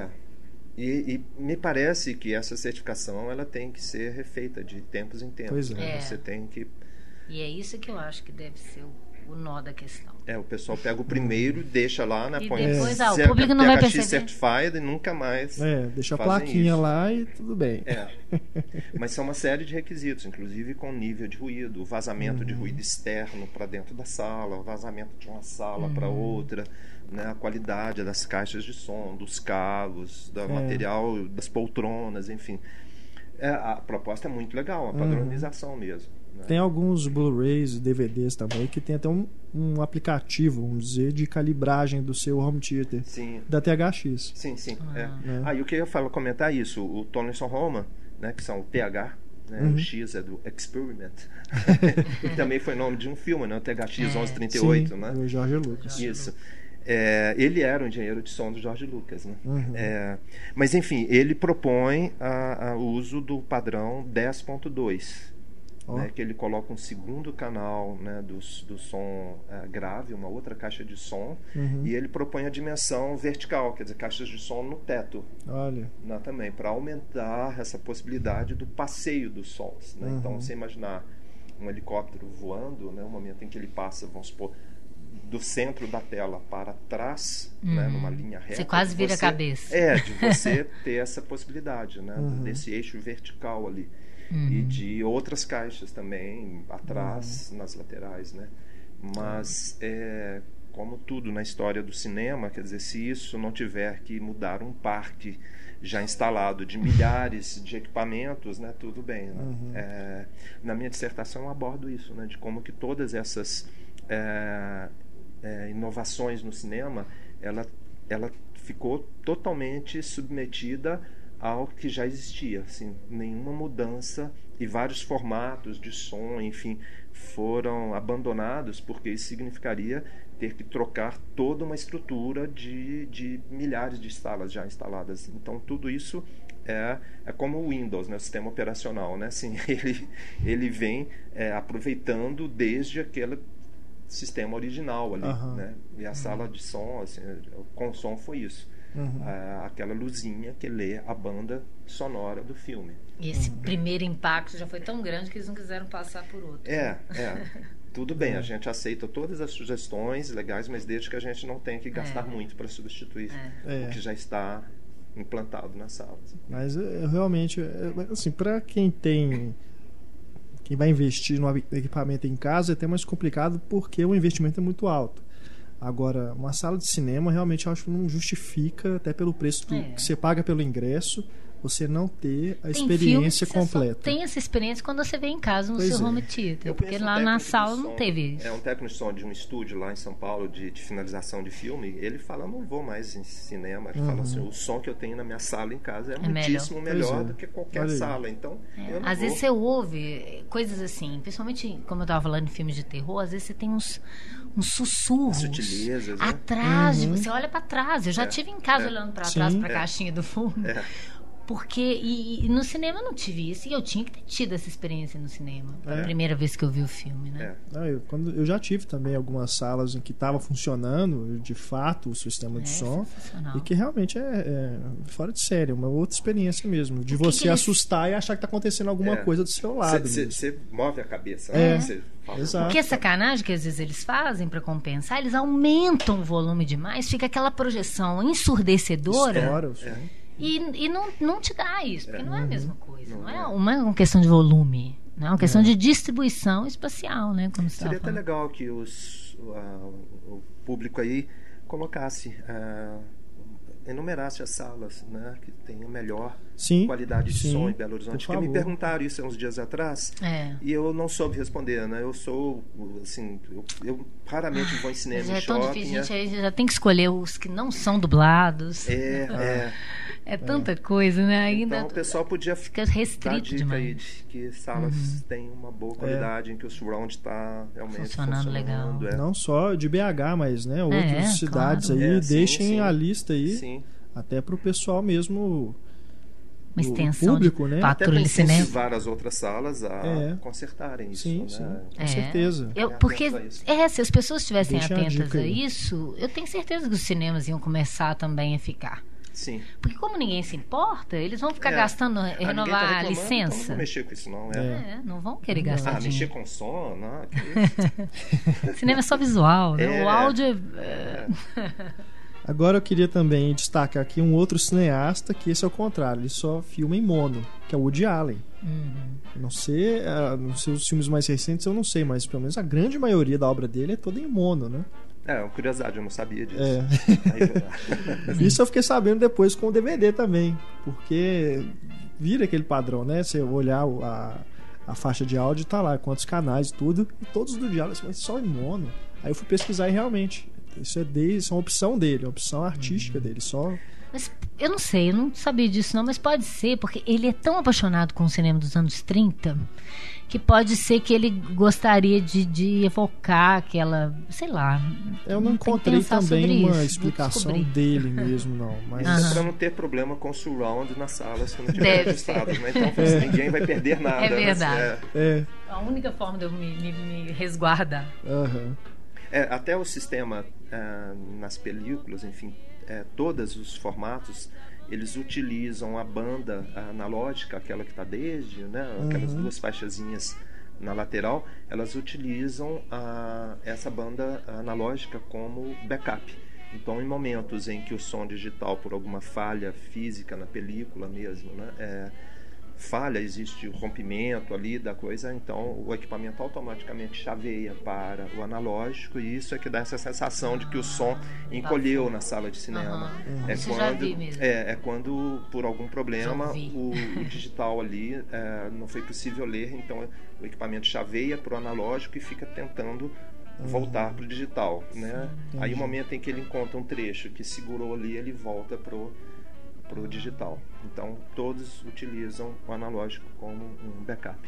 E me parece que essa certificação ela tem que ser refeita de tempos em tempos. Né? Você tem que... E é isso que eu acho que deve ser o nó da questão. O pessoal pega o primeiro, deixa lá, né? E põe depois o público não vai perceber. Certified e nunca mais deixa a plaquinha isso. lá e tudo bem. Mas são uma série de requisitos, inclusive com nível de ruído, vazamento de ruído externo para dentro da sala, vazamento de uma sala para outra, né, a qualidade das caixas de som, dos cabos, do material, das poltronas, enfim. A proposta é muito legal, uma padronização mesmo. Né? Tem alguns Blu-rays e DVDs também que tem até um aplicativo, vamos dizer, de calibragem do seu home theater, da THX. Sim. E o que eu ia comentar é isso, o Tomlinson Roman, né, que são o TH, né, o X é do Experiment, que também foi nome de um filme, né, o THX 1138, né? Do George Lucas. Isso. Ele era o engenheiro de som do George Lucas, né? Mas enfim, ele propõe o uso do padrão 10.2, né, que ele coloca um segundo canal, né, do som grave, uma outra caixa de som, e ele propõe a dimensão vertical, quer dizer, caixas de som no teto. Olha. Né, também, para aumentar essa possibilidade do passeio dos sons. Né? Então, você imaginar um helicóptero voando, né, no momento em que ele passa, vamos supor, do centro da tela para trás, né, numa linha reta. Você quase vira a cabeça. De você ter essa possibilidade, né, desse eixo vertical ali. E de outras caixas também, atrás, nas laterais, né? Mas, como tudo na história do cinema, quer dizer, se isso não tiver que mudar um parque já instalado de milhares de equipamentos, né, tudo bem. Né? Na minha dissertação eu abordo isso, né, de como que todas essas inovações no cinema, ela ficou totalmente submetida ao que já existia, assim, nenhuma mudança, e vários formatos de som, enfim, foram abandonados, porque isso significaria ter que trocar toda uma estrutura de milhares de salas já instaladas. Então, tudo isso é como o Windows, né, o sistema operacional, né? Assim, ele vem aproveitando desde aquele sistema original ali, né? E a sala de som, assim, com som foi isso. Aquela luzinha que lê a banda sonora do filme. E esse primeiro impacto já foi tão grande que eles não quiseram passar por outro. Tudo bem, a gente aceita todas as sugestões legais, mas desde que a gente não tenha que gastar muito para substituir o que já está implantado nas salas. Mas realmente, assim, para quem vai investir no equipamento em casa é até mais complicado porque o investimento é muito alto. Agora, uma sala de cinema realmente eu acho que não justifica, até pelo preço que você paga pelo ingresso, você não ter a experiência completa. Só tem essa experiência quando você vê em casa no seu home theater, porque lá na sala não teve isso. Um técnico de som de um estúdio lá em São Paulo de finalização de filme, ele fala, não vou mais em cinema, ele fala assim, o som que eu tenho na minha sala em casa é muitíssimo melhor do que qualquer sala, então eu não às vou. vezes você ouve coisas assim, principalmente como eu estava falando em filmes de terror, às vezes você tem uns sussurros, sutilezas, atrás de você, olha para trás, eu já tive em casa olhando para trás para a caixinha do fundo. Porque, e no cinema eu não tive isso, e eu tinha que ter tido essa experiência no cinema. Foi a primeira vez que eu vi o filme, né? Eu já tive também algumas salas em que estava funcionando, de fato, o sistema de som, e que realmente é fora de série, uma outra experiência mesmo, de você assustar e achar que está acontecendo alguma coisa do seu lado. Você move a cabeça, né? Exato. Porque a sacanagem que às vezes eles fazem para compensar, eles aumentam o volume demais, fica aquela projeção ensurdecedora. Estoura, E não te dá isso, porque não é a mesma coisa. Não é uma questão de volume, não é uma questão de distribuição espacial, né? Como seria até legal que o público aí colocasse, enumerasse as salas, né, que tem a melhor qualidade de som em Belo Horizonte. Porque me perguntaram isso há uns dias atrás e eu não soube responder, né? Eu sou, assim, eu raramente vou em cinema, em shopping. Difícil, gente já tem que escolher os que não são dublados. É tanta coisa, né? Ainda então o pessoal podia ficar restrito dica demais. Aí de que salas têm uma boa qualidade, em que o surround está realmente funcionando legal. Não só de BH, mas outras cidades aí, deixem a lista aí, até para o pessoal mesmo, uma extensão público, né? Até para incentivar as outras salas a consertarem isso. Né? Com certeza. Porque se as pessoas estivessem atentas a isso, eu tenho certeza que os cinemas iam começar também a ficar. Sim. Porque como ninguém se importa, eles vão ficar gastando, renovar a licença. Então não vou mexer com isso não. Não vão querer gastar dinheiro. Mexer com som, não. Cinema é só visual, né? O áudio Agora eu queria também destacar aqui um outro cineasta que esse é o contrário, ele só filma em mono, que é o Woody Allen. Não sei os filmes mais recentes, eu não sei, mas pelo menos a grande maioria da obra dele é toda em mono, né? Uma curiosidade, eu não sabia disso. Isso eu fiquei sabendo depois com o DVD também, porque vira aquele padrão, né? Você olhar a faixa de áudio, tá lá, quantos canais, tudo, e todos do diálogo, mas só em mono. Aí eu fui pesquisar e realmente, isso é uma opção dele, uma opção artística dele, só... Mas eu não sei, eu não sabia disso não, mas pode ser, porque ele é tão apaixonado com o cinema dos anos 30, que pode ser que ele gostaria de evocar aquela, sei lá. Eu não encontrei também uma explicação dele mesmo, não. Mas... Isso é para não ter problema com surround nas salas que não tiver registrado, né? Então ninguém vai perder nada. É verdade. A única forma de eu me resguardar. Até o sistema nas películas, enfim, todos os formatos, eles utilizam a banda analógica, aquela que está desde, né, aquelas duas faixazinhas na lateral, elas utilizam essa banda analógica como backup. Então, em momentos em que o som digital, por alguma falha física na película mesmo, né, falha, existe o rompimento ali da coisa, então o equipamento automaticamente chaveia para o analógico, e isso é que dá essa sensação de que o som encolheu na sala de cinema. Quando por algum problema o digital ali não foi possível ler, então o equipamento chaveia para o analógico e fica tentando voltar para o digital, né? Aí o momento em que ele encontra um trecho que segurou ali, ele volta para o digital. Então todos utilizam o analógico como um backup.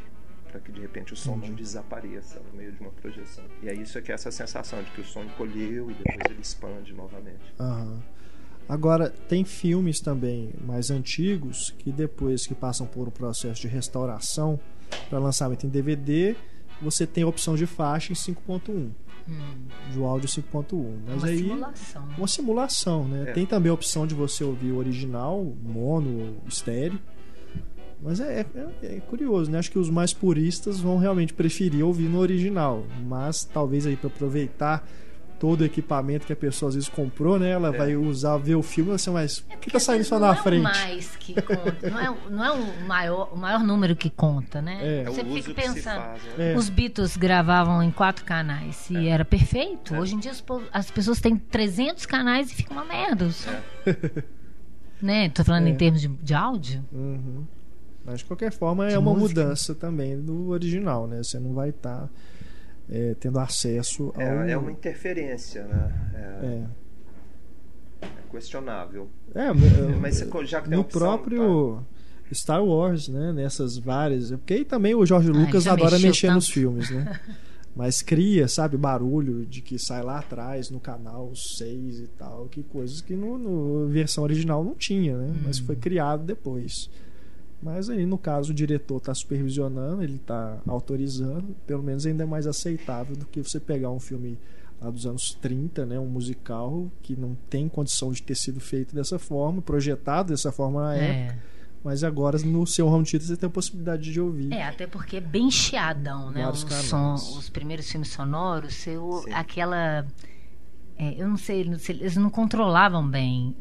para que de repente o som não desapareça no meio de uma projeção. E é isso que é essa sensação de que o som encolheu e depois ele expande novamente. Agora, tem filmes também mais antigos que depois que passam por um processo de restauração para lançamento em DVD, você tem a opção de faixa em 5.1. Do áudio 5.1. Mas aí, simulação. Uma simulação, né? Tem também a opção de você ouvir o original, mono, estéreo. Mas é curioso, né? Acho que os mais puristas vão realmente preferir ouvir no original. Mas talvez aí para aproveitar todo o equipamento que a pessoa às vezes comprou, né? Ela vai usar, ver o filme, assim, mas o que tá saindo só na frente? Não é o mais que conta, não é o maior número que conta, né? Você fica pensando, os Beatles gravavam em 4 canais e era perfeito. Hoje em dia as pessoas têm 300 canais e fica uma merda. Né? Tô falando em termos de áudio. Mas de qualquer forma é uma mudança também do original, né? Você não vai estar tendo acesso ao... É uma interferência, né? É questionável. Mas já que tem no opção, próprio Star Wars, né? Nessas várias... Porque aí também o George Lucas adora mexer nos filmes, né? Mas cria, sabe, barulho de que sai lá atrás no canal 6 e tal, que coisas que no versão original não tinha, né? Mas foi criado depois. Mas aí, no caso, o diretor está supervisionando, ele está autorizando, pelo menos ainda é mais aceitável do que você pegar um filme lá dos anos 30, né, um musical que não tem condição de ter sido feito dessa forma, projetado dessa forma na época, mas agora no seu home theater você tem a possibilidade de ouvir. Até porque é bem chiadão, né? Os primeiros filmes sonoros, aquela... eu não sei, eles não controlavam bem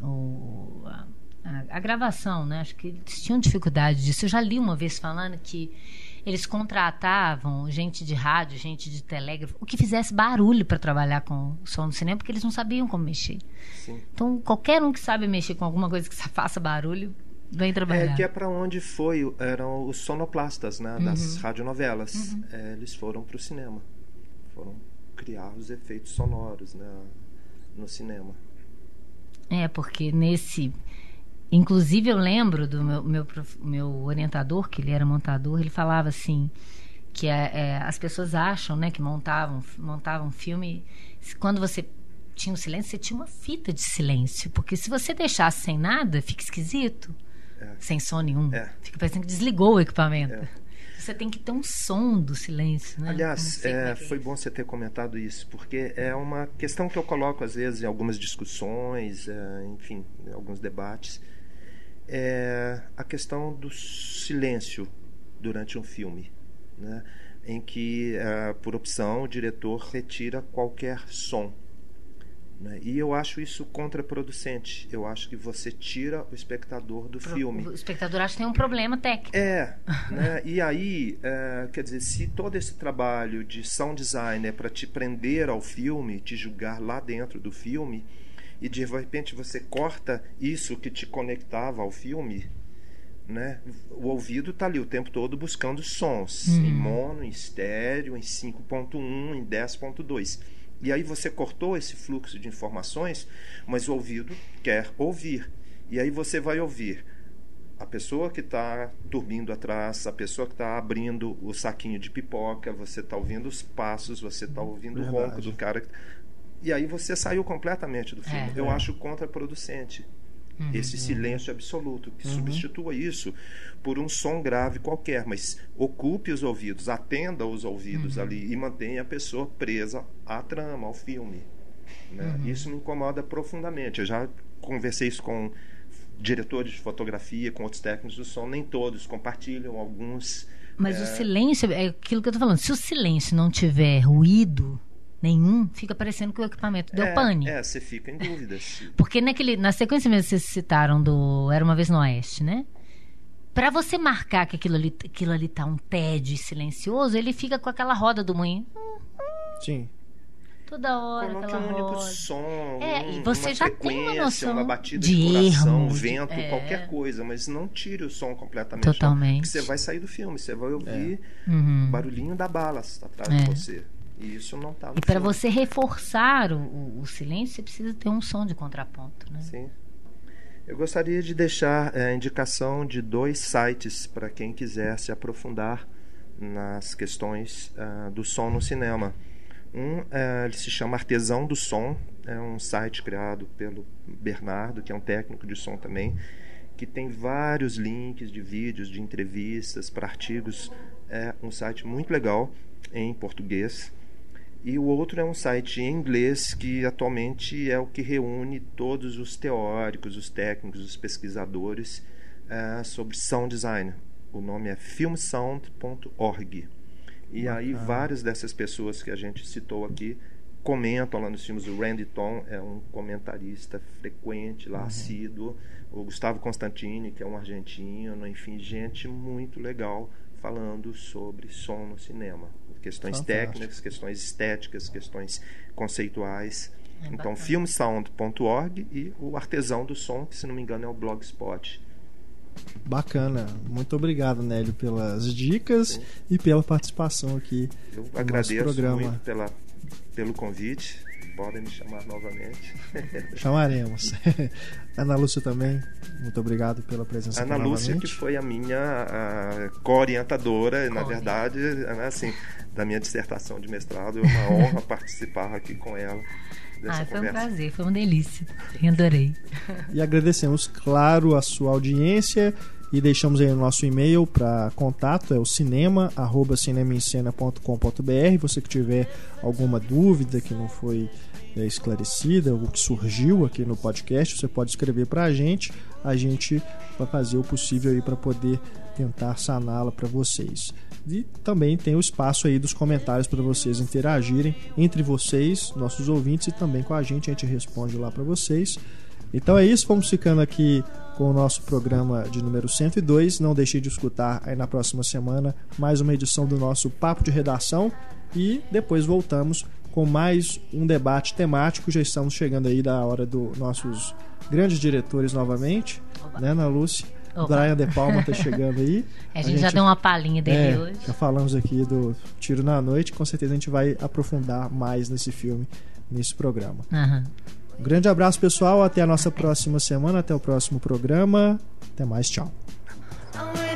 a gravação, né? Acho que eles tinham dificuldade disso. Eu já li uma vez falando que eles contratavam gente de rádio, gente de telégrafo, o que fizesse barulho para trabalhar com o som do cinema, porque eles não sabiam como mexer. Sim. Então, qualquer um que sabe mexer com alguma coisa que faça barulho, vem trabalhar. Que é para onde eram os sonoplastas, né? Das radionovelas. Eles foram para o cinema. Foram criar os efeitos sonoros, né? No cinema. Porque inclusive eu lembro do meu orientador, que ele era montador, ele falava assim, que as pessoas acham, né, que montavam filme, quando você tinha um silêncio, você tinha uma fita de silêncio, porque se você deixasse sem nada, fica esquisito, sem som nenhum, fica parecendo que desligou o equipamento. Você tem que ter um som do silêncio, né? Aliás, foi bom você ter comentado isso, porque é uma questão que eu coloco às vezes em algumas discussões, enfim, em alguns debates, a questão do silêncio durante um filme, né? Em que, por opção, o diretor retira qualquer som, né? E eu acho isso contraproducente. Eu acho que você tira o espectador do filme. O espectador acha que tem um problema técnico. Né? E aí, quer dizer, se todo esse trabalho de sound design é para te prender ao filme, te julgar lá dentro do filme, e de repente você corta isso que te conectava ao filme, né? O ouvido está ali o tempo todo buscando sons em mono, em estéreo, em 5.1, em 10.2. E aí você cortou esse fluxo de informações, mas o ouvido quer ouvir. E aí você vai ouvir a pessoa que está dormindo atrás, a pessoa que está abrindo o saquinho de pipoca, você está ouvindo os passos, você está ouvindo o ronco do cara. E aí você saiu completamente do filme. Eu acho contraproducente esse silêncio absoluto, que substitua isso por um som grave qualquer, mas ocupe os ouvidos, atenda os ouvidos ali e mantenha a pessoa presa à trama, ao filme, né? Isso me incomoda profundamente. Eu já conversei isso com diretores de fotografia, com outros técnicos do som, nem todos compartilham, alguns... Mas o silêncio, é aquilo que eu estou falando, se o silêncio não tiver ruído nenhum, fica parecendo que o equipamento deu pane. Você fica em dúvidas. Porque na sequência mesmo que vocês citaram do Era Uma Vez no Oeste, né? Para você marcar que aquilo ali tá um tédio silencioso, ele fica com aquela roda do moinho. Sim. Toda hora coloque aquela um roda. único som, E você já tem uma noção uma batida de coração, ermo, vento, qualquer coisa, mas não tire o som completamente. Totalmente. Porque você vai sair do filme, você vai ouvir o barulhinho da bala atrás de você. E isso não está no filme. E para você reforçar o silêncio, você precisa ter um som de contraponto, né? Sim. Eu gostaria de deixar a indicação de 2 sites para quem quiser se aprofundar nas questões do som no cinema. Ele se chama Artesão do Som, é um site criado pelo Bernardo, que é um técnico de som também, que tem vários links de vídeos, de entrevistas para artigos. É um site muito legal em português. E o outro é um site em inglês, que atualmente é o que reúne todos os teóricos, os técnicos, os pesquisadores sobre sound design. O nome é filmsound.org. E aí várias dessas pessoas que a gente citou aqui comentam lá nos filmes. O Randy Tom é um comentarista frequente lá, assíduo. O Gustavo Constantini, que é um argentino. Enfim, gente muito legal falando sobre som no cinema. Questões técnicas, questões estéticas, questões conceituais. Então, filmsound.org e o Artesão do Som, que se não me engano é o Blogspot. Bacana, muito obrigado, Nélio, pelas dicas. Sim. E pela participação aqui. Eu agradeço muito pelo convite. Podem me chamar novamente. Chamaremos. Ana Lúcia também, muito obrigado pela presença aqui novamente. Ana Lúcia, que foi a minha co-orientadora, na verdade, assim, da minha dissertação de mestrado. É uma honra participar aqui com ela. Foi um prazer, foi uma delícia. Eu adorei. E agradecemos, claro, a sua audiência e deixamos aí o nosso e-mail para contato, é o cinema@cinemaencena.com.br. Você que tiver alguma dúvida que não foi esclarecida, ou que surgiu aqui no podcast, você pode escrever para a gente vai fazer o possível aí para poder tentar saná-la para vocês. E também tem o espaço aí dos comentários para vocês interagirem entre vocês, nossos ouvintes, e também com a gente responde lá para vocês. Então é isso, vamos ficando aqui com o nosso programa de número 102. Não deixe de escutar aí na próxima semana mais uma edição do nosso Papo de Redação e depois voltamos com mais um debate temático. Já estamos chegando aí da hora dos nossos grandes diretores novamente, né, Ana Lúcia? Brian De Palma está chegando aí. A gente já deu uma palhinha dele hoje. Já falamos aqui do Tiro na Noite. Com certeza a gente vai aprofundar mais nesse filme, nesse programa. Um grande abraço, pessoal. Até a nossa próxima semana. Até o próximo programa. Até mais. Tchau.